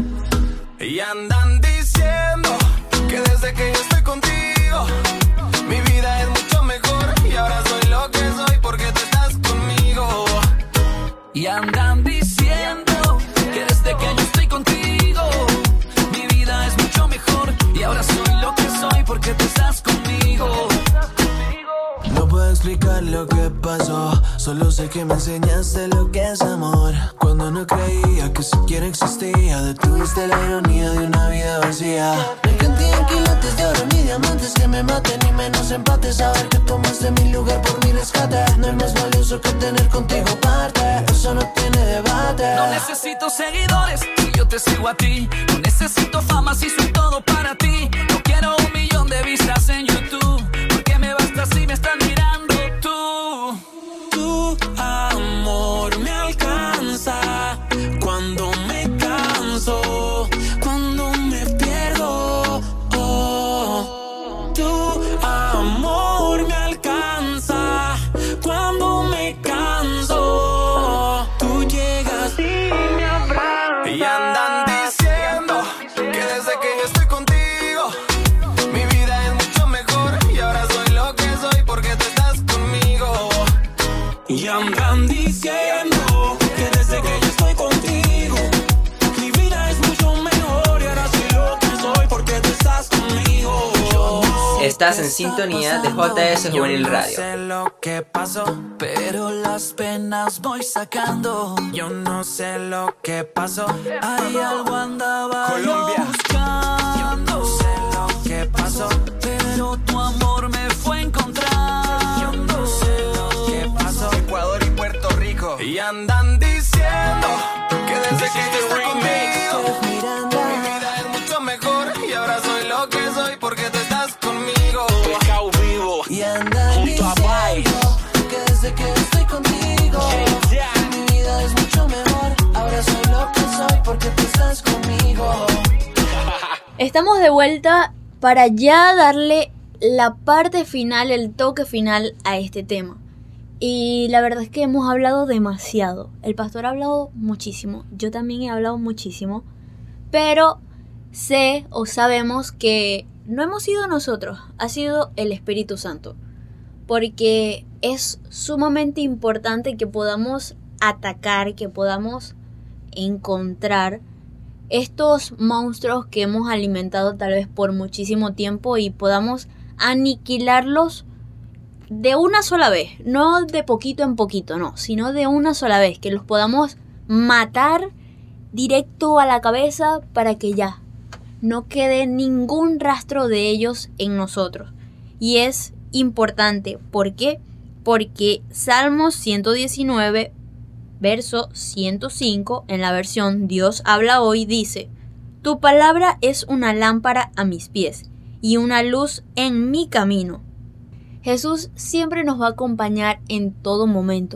Y andan diciendo que desde que yo estoy contigo, mi vida es mucho mejor. Y ahora soy lo que soy porque tú estás conmigo.
Y andan diciendo que desde que yo estoy contigo, mi vida es mucho mejor. Y ahora soy lo que soy porque tú estás conmigo.
No puedo explicar lo que pasó, solo sé que me enseñaste lo que es amor. Cuando no creía que siquiera existía, detuviste la ironía de una vida vacía. Me encanté en quilates de oro ni diamantes que me maten, ni menos empates. Saber que tomaste mi lugar por mi rescate, no es más valioso que tener contigo parte. Eso no tiene debate.
No necesito seguidores y yo te sigo a ti. No necesito fama si soy todo para ti. No quiero 1 millón de vistas en YouTube, porque me basta si me están mirando tú. Tu amor me alcanza cuando me canso, cuando me pierdo. Tu amor me alcanza cuando me canso. Tú llegas y me abrazas.
Y andan diciendo que desde que yo estoy contigo, mi vida es mucho mejor. Y ahora soy lo que soy porque tú estás conmigo.
Y andan diciendo que desde que yo estoy contigo, mi vida es mucho mejor. Y ahora soy lo que soy porque tú estás conmigo.
Estás en sintonía de JS Juvenil Radio.
Yo no sé lo que pasó, pero las penas voy sacando. Yo no sé lo que pasó. Hay algo andaba
Colombia.
yo buscando. Yo no sé lo que pasó, pero tu amor me fue a encontrar. Yo no sé lo que pasó.
estás conmigo.
Estamos de vuelta para ya darle la parte final, el toque final a este tema. Y la verdad es que hemos hablado demasiado. El pastor ha hablado muchísimo, yo también he hablado muchísimo, pero sé o sabemos que no hemos sido nosotros, ha sido el Espíritu Santo. Porque es sumamente importante que podamos atacar, que podamos encontrar estos monstruos que hemos alimentado tal vez por muchísimo tiempo y podamos aniquilarlos de una sola vez, no de poquito en poquito, no, sino de una sola vez, que los podamos matar directo a la cabeza para que ya no quede ningún rastro de ellos en nosotros. Y es importante, ¿por qué? Porque Salmos 119, verso 105, en la versión Dios habla hoy, dice: Tu palabra es una lámpara a mis pies y una luz en mi camino. Jesús siempre nos va a acompañar en todo momento.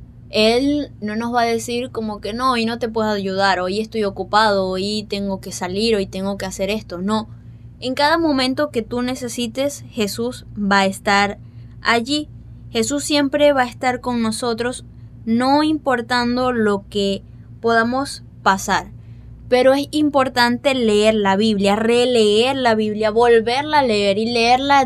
Él no nos va a decir como que no, hoy no te puedo ayudar, hoy estoy ocupado, hoy tengo que salir, hoy tengo que hacer esto. No, en cada momento que tú necesites, Jesús va a estar allí. Jesús siempre va a estar con nosotros, no importando lo que podamos pasar. Pero es importante leer la Biblia, releer la Biblia, volverla a leer y leerla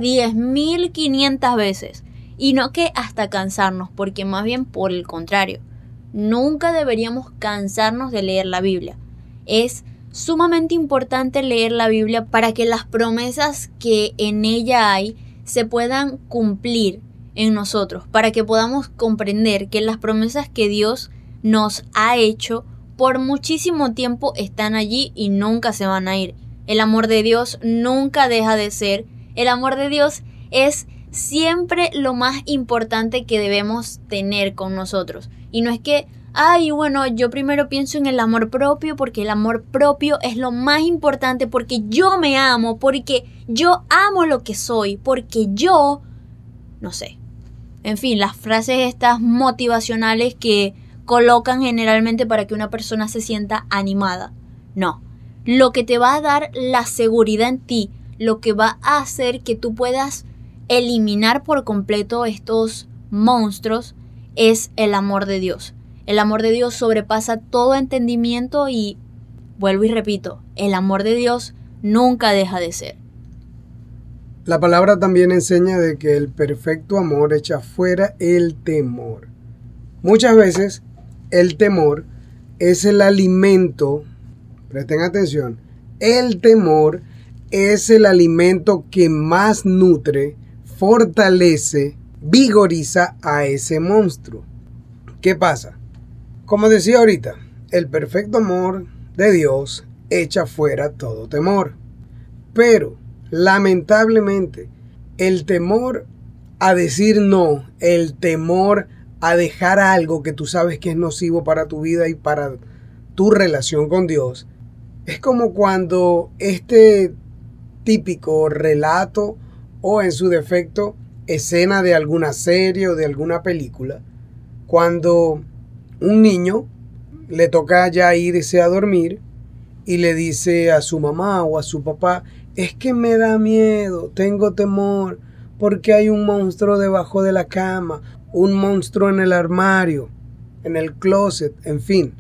10.500 veces. Y no que hasta cansarnos, porque más bien por el contrario, nunca deberíamos cansarnos de leer la Biblia. Es sumamente importante leer la Biblia para que las promesas que en ella hay se puedan cumplir en nosotros, para que podamos comprender que las promesas que Dios nos ha hecho por muchísimo tiempo están allí y nunca se van a ir. El amor de Dios nunca deja de ser. El amor de Dios es siempre lo más importante que debemos tener con nosotros. Y no es que, bueno, yo primero pienso en el amor propio porque el amor propio es lo más importante, porque yo me amo, porque yo amo lo que soy, porque yo, no sé. En fin, las frases estas motivacionales que colocan generalmente para que una persona se sienta animada. No, lo que te va a dar la seguridad en ti, lo que va a hacer que tú puedas eliminar por completo estos monstruos es el amor de Dios. El amor de Dios sobrepasa todo entendimiento y, vuelvo y repito, el amor de Dios nunca deja de ser.
La palabra también enseña de que el perfecto amor echa fuera el temor. Muchas veces el temor es el alimento, presten atención, el temor es el alimento que más nutre, fortalece, vigoriza a ese monstruo. ¿Qué pasa? Como decía ahorita, el perfecto amor de Dios echa fuera todo temor. Pero, lamentablemente, el temor a decir no, el temor a dejar algo que tú sabes que es nocivo para tu vida y para tu relación con Dios, es como cuando este típico relato o en su defecto escena de alguna serie o de alguna película, cuando un niño le toca ya irse a dormir y le dice a su mamá o a su papá: es que me da miedo, tengo temor, porque hay un monstruo debajo de la cama, un monstruo en el armario, en el closet, en fin.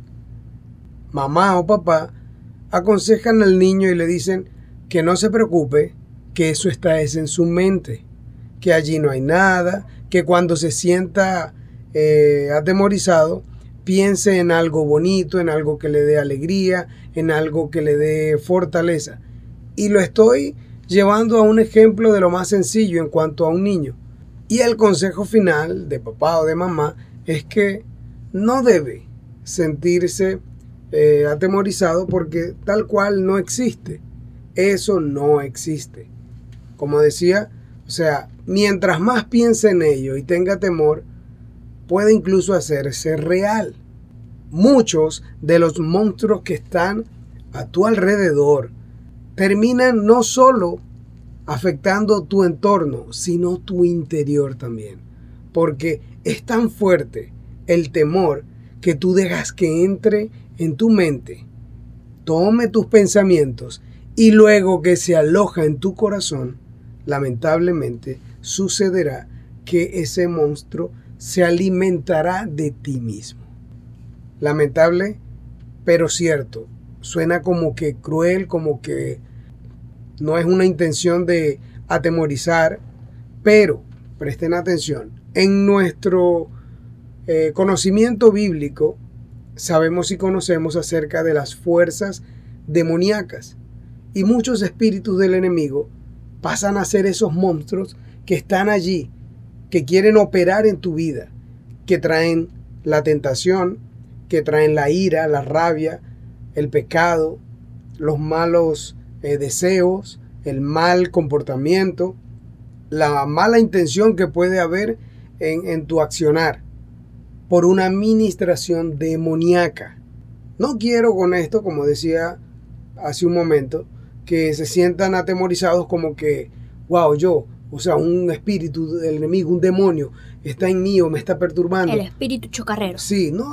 Mamá o papá aconsejan al niño y le dicen que no se preocupe, que eso está en su mente, que allí no hay nada, que cuando se sienta atemorizado, piense en algo bonito, en algo que le dé alegría, en algo que le dé fortaleza. Y lo estoy llevando a un ejemplo de lo más sencillo en cuanto a un niño. Y el consejo final de papá o de mamá es que no debe sentirse atemorizado porque tal cual no existe. Eso no existe. Como decía, o sea, mientras más piense en ello y tenga temor, puede incluso hacerse real. Muchos de los monstruos que están a tu alrededor terminan no solo afectando tu entorno, sino tu interior también. Porque es tan fuerte el temor que tú dejas que entre en tu mente tome tus pensamientos y luego que se aloja en tu corazón, lamentablemente sucederá que ese monstruo se alimentará de ti mismo. Lamentable, pero cierto. Suena como que cruel, como que no es una intención de atemorizar, pero presten atención. En nuestro conocimiento bíblico sabemos y conocemos acerca de las fuerzas demoníacas y muchos espíritus del enemigo pasan a ser esos monstruos que están allí, que quieren operar en tu vida, que traen la tentación, que traen la ira, la rabia, el pecado, los malos deseos, el mal comportamiento, la mala intención que puede haber en tu accionar por una administración demoníaca. No quiero con esto, como decía hace un momento, que se sientan atemorizados como que, wow, un espíritu del enemigo, un demonio, está en mí o me está perturbando.
El espíritu chocarrero.
Sí, no.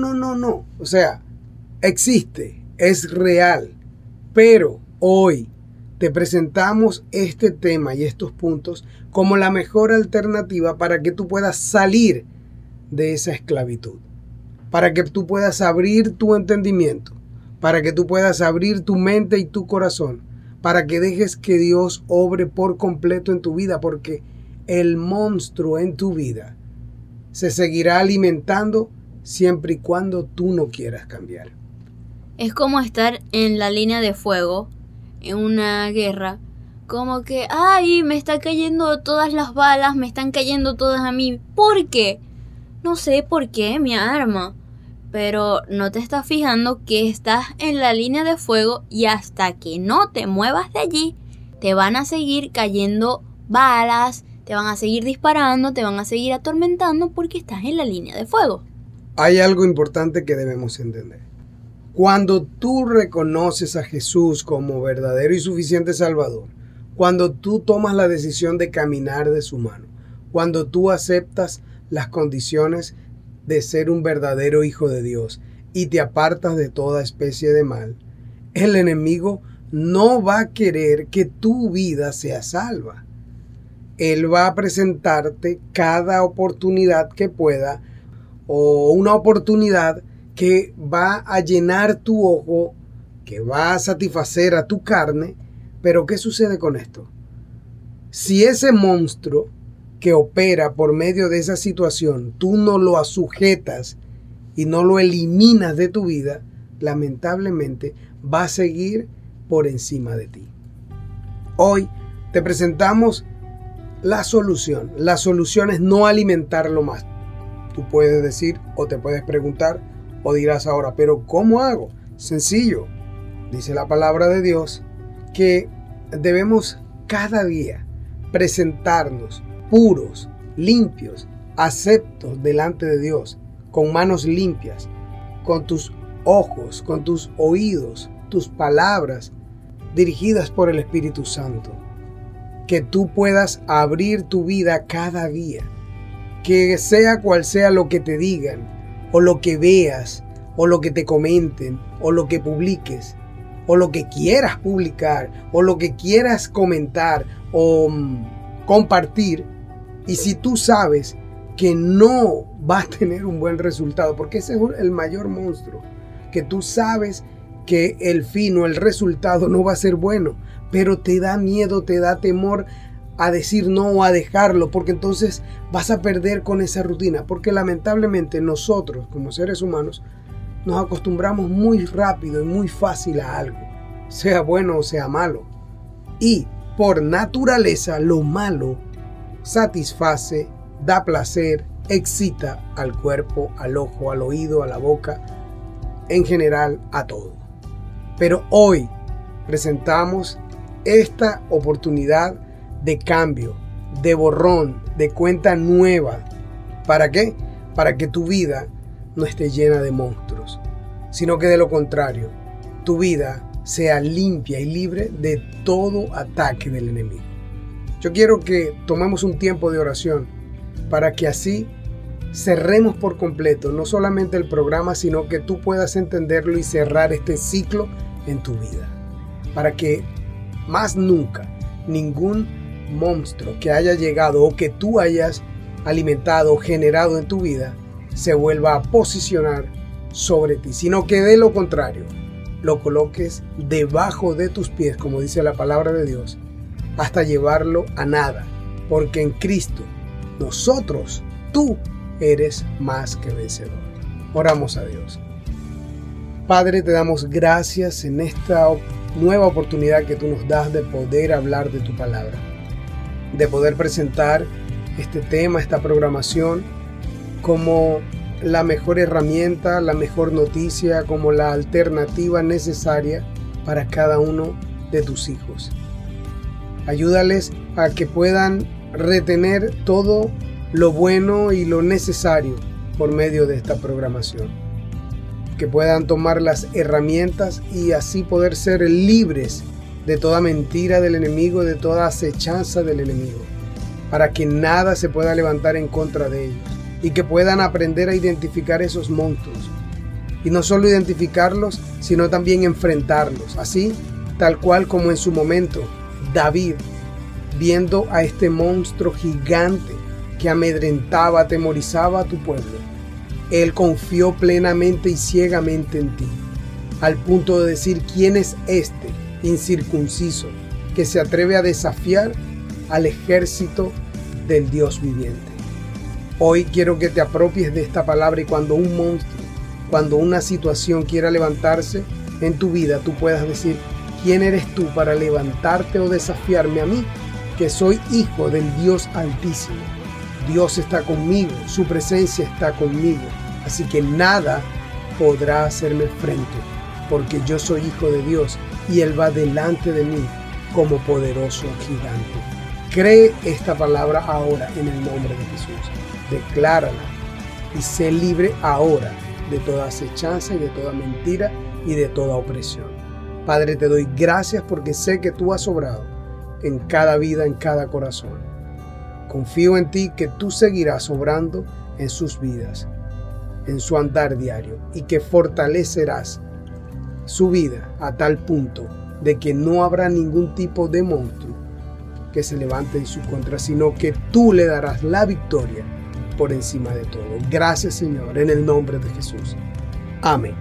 O sea, existe, es real, pero hoy te presentamos este tema y estos puntos como la mejor alternativa para que tú puedas salir de esa esclavitud, para que tú puedas abrir tu entendimiento, para que tú puedas abrir tu mente y tu corazón, para que dejes que Dios obre por completo en tu vida, porque el monstruo en tu vida se seguirá alimentando siempre y cuando tú no quieras cambiar.
Es como estar en la línea de fuego, en una guerra, como que, ay, me están cayendo todas las balas, me están cayendo todas a mí. ¿Por qué? No sé por qué, mi arma. Pero no te estás fijando que estás en la línea de fuego y hasta que no te muevas de allí, te van a seguir cayendo balas, te van a seguir disparando, te van a seguir atormentando porque estás en la línea de fuego.
Hay algo importante que debemos entender. Cuando tú reconoces a Jesús como verdadero y suficiente Salvador, cuando tú tomas la decisión de caminar de su mano, cuando tú aceptas las condiciones de ser un verdadero hijo de Dios y te apartas de toda especie de mal, el enemigo no va a querer que tu vida sea salva. Él va a presentarte cada oportunidad que pueda, o una oportunidad que va a llenar tu ojo, que va a satisfacer a tu carne. Pero ¿qué sucede con esto? Si ese monstruo que opera por medio de esa situación, tú no lo sujetas y no lo eliminas de tu vida, lamentablemente va a seguir por encima de ti. Hoy te presentamos la solución. La solución es no alimentarlo más. Tú puedes decir o te puedes preguntar o dirás ahora, pero ¿cómo hago? Sencillo. Dice la palabra de Dios que debemos cada día presentarnos puros, limpios, aceptos delante de Dios, con manos limpias, con tus ojos, con tus oídos, tus palabras dirigidas por el Espíritu Santo. Que tú puedas abrir tu vida cada día, que sea cual sea lo que te digan, o lo que veas, o lo que te comenten, o lo que publiques, o lo que quieras publicar, o lo que quieras comentar, o compartir. Y si tú sabes que no va a tener un buen resultado, porque ese es el mayor monstruo, que tú sabes que el fin o el resultado no va a ser bueno, pero te da miedo, te da temor a decir no o a dejarlo, porque entonces vas a perder con esa rutina, porque lamentablemente nosotros como seres humanos nos acostumbramos muy rápido y muy fácil a algo, sea bueno o sea malo, y por naturaleza lo malo satisface, da placer, excita al cuerpo, al ojo, al oído, a la boca, en general a todo. Pero hoy presentamos esta oportunidad de cambio, de borrón, de cuenta nueva. ¿Para qué? Para que tu vida no esté llena de monstruos, sino que de lo contrario, tu vida sea limpia y libre de todo ataque del enemigo. Yo quiero que tomemos un tiempo de oración para que así cerremos por completo no solamente el programa, sino que tú puedas entenderlo y cerrar este ciclo en tu vida, para que más nunca ningún monstruo que haya llegado o que tú hayas alimentado o generado en tu vida se vuelva a posicionar sobre ti, sino que de lo contrario lo coloques debajo de tus pies, como dice la palabra de Dios, hasta llevarlo a nada, porque en Cristo nosotros, tú eres más que vencedor. Oramos a Dios. Padre, te damos gracias en esta nueva oportunidad que tú nos das de poder hablar de tu palabra, de poder presentar este tema, esta programación, como la mejor herramienta, la mejor noticia, como la alternativa necesaria para cada uno de tus hijos. Ayúdales a que puedan retener todo lo bueno y lo necesario por medio de esta programación. Que puedan tomar las herramientas y así poder ser libres de toda mentira del enemigo, de toda acechanza del enemigo, para que nada se pueda levantar en contra de ellos y que puedan aprender a identificar esos monstruos. Y no solo identificarlos, sino también enfrentarlos. Así, tal cual como en su momento, David, viendo a este monstruo gigante que amedrentaba, atemorizaba a tu pueblo, él confió plenamente y ciegamente en ti, al punto de decir: ¿quién es este incircunciso que se atreve a desafiar al ejército del Dios viviente? Hoy quiero que te apropies de esta palabra y cuando un monstruo, cuando una situación quiera levantarse en tu vida, tú puedas decir: ¿quién eres tú para levantarte o desafiarme a mí, que soy hijo del Dios Altísimo? Dios está conmigo, su presencia está conmigo, así que nada podrá hacerme frente, porque yo soy hijo de Dios y Él va delante de mí como poderoso gigante. Cree esta palabra ahora en el nombre de Jesús. Declárala y sé libre ahora de toda acechanza y de toda mentira y de toda opresión. Padre, te doy gracias porque sé que tú has obrado en cada vida, en cada corazón. Confío en ti que tú seguirás obrando en sus vidas, en su andar diario, y que fortalecerás su vida a tal punto de que no habrá ningún tipo de monstruo que se levante en su contra, sino que tú le darás la victoria por encima de todo. Gracias, Señor, en el nombre de Jesús. Amén.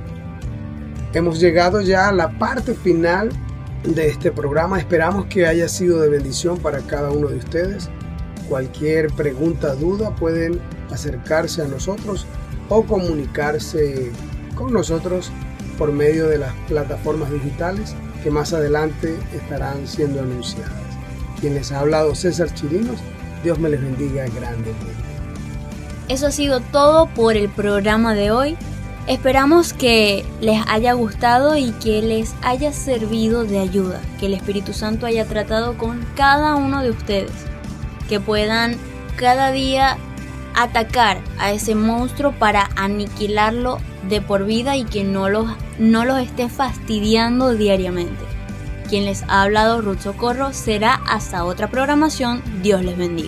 Hemos llegado ya a la parte final de este programa. Esperamos que haya sido de bendición para cada uno de ustedes. Cualquier pregunta, duda, pueden acercarse a nosotros o comunicarse con nosotros por medio de las plataformas digitales que más adelante estarán siendo anunciadas. Quien les ha hablado, César Chirinos. Dios me les bendiga grandemente.
Eso ha sido todo por el programa de hoy. Esperamos que les haya gustado y que les haya servido de ayuda, que el Espíritu Santo haya tratado con cada uno de ustedes, que puedan cada día atacar a ese monstruo para aniquilarlo de por vida y que no los esté fastidiando diariamente. Quien les ha hablado, Ruth Socorro, será hasta otra programación. Dios les bendiga.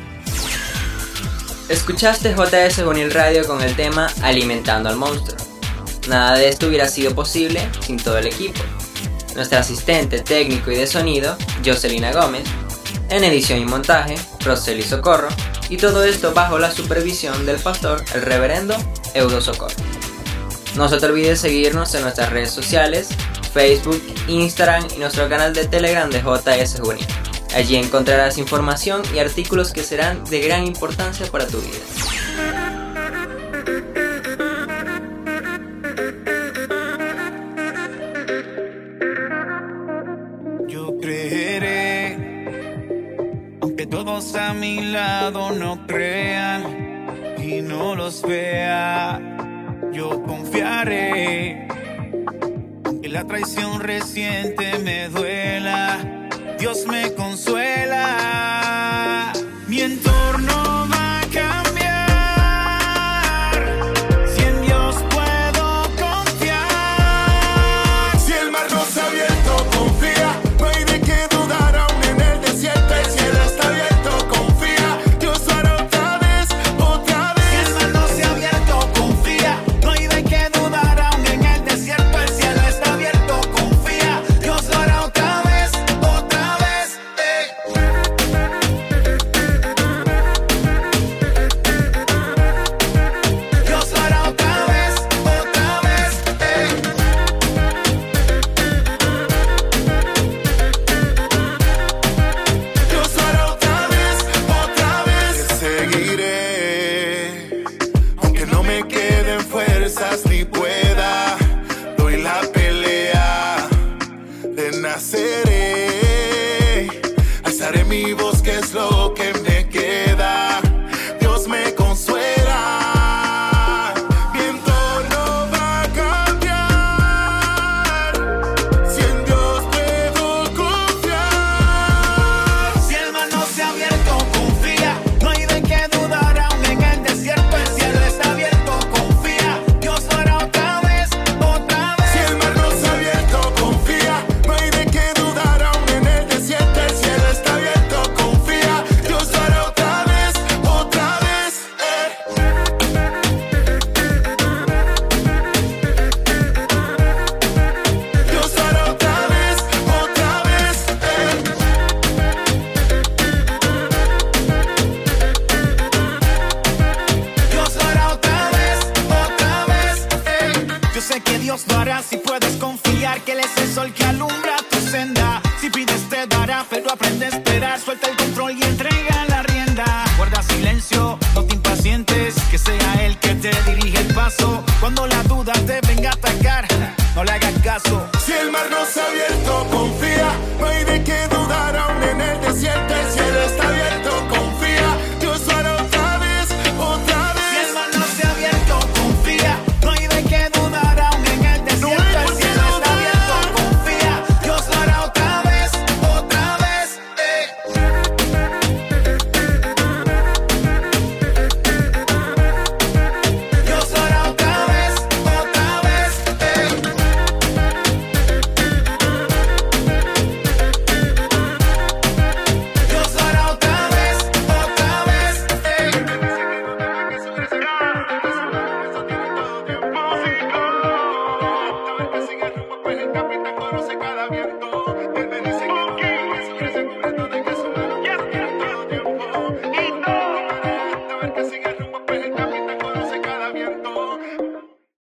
Escuchaste JS Juvenil Radio con el tema Alimentando al Monstruo. Nada de esto hubiera sido posible sin todo el equipo. Nuestra asistente técnico y de sonido, Jocelina Gómez. En edición y montaje, Roseli Socorro. Y todo esto bajo la supervisión del pastor, el reverendo Eudo Socorro. No se te olvide seguirnos en nuestras redes sociales, Facebook, Instagram y nuestro canal de Telegram de JS Juvenil. Allí encontrarás información y artículos que serán de gran importancia para tu vida.
Yo creeré, aunque todos a mi lado no crean y no los vea. Yo confiaré, aunque la traición reciente me duela. Dios me consuela, mi entorno va a cambiar, si en Dios puedo confiar.
Si el mar no se ha abierto, confía, no hay de qué dudar aún en el desierto. El cielo está abierto, confía, Dios lo hará otra vez, otra vez.
Si el mar no se ha abierto, confía, no hay de qué dudar aún en el desierto. El cielo está abierto,
renaceré, alzaré mi voz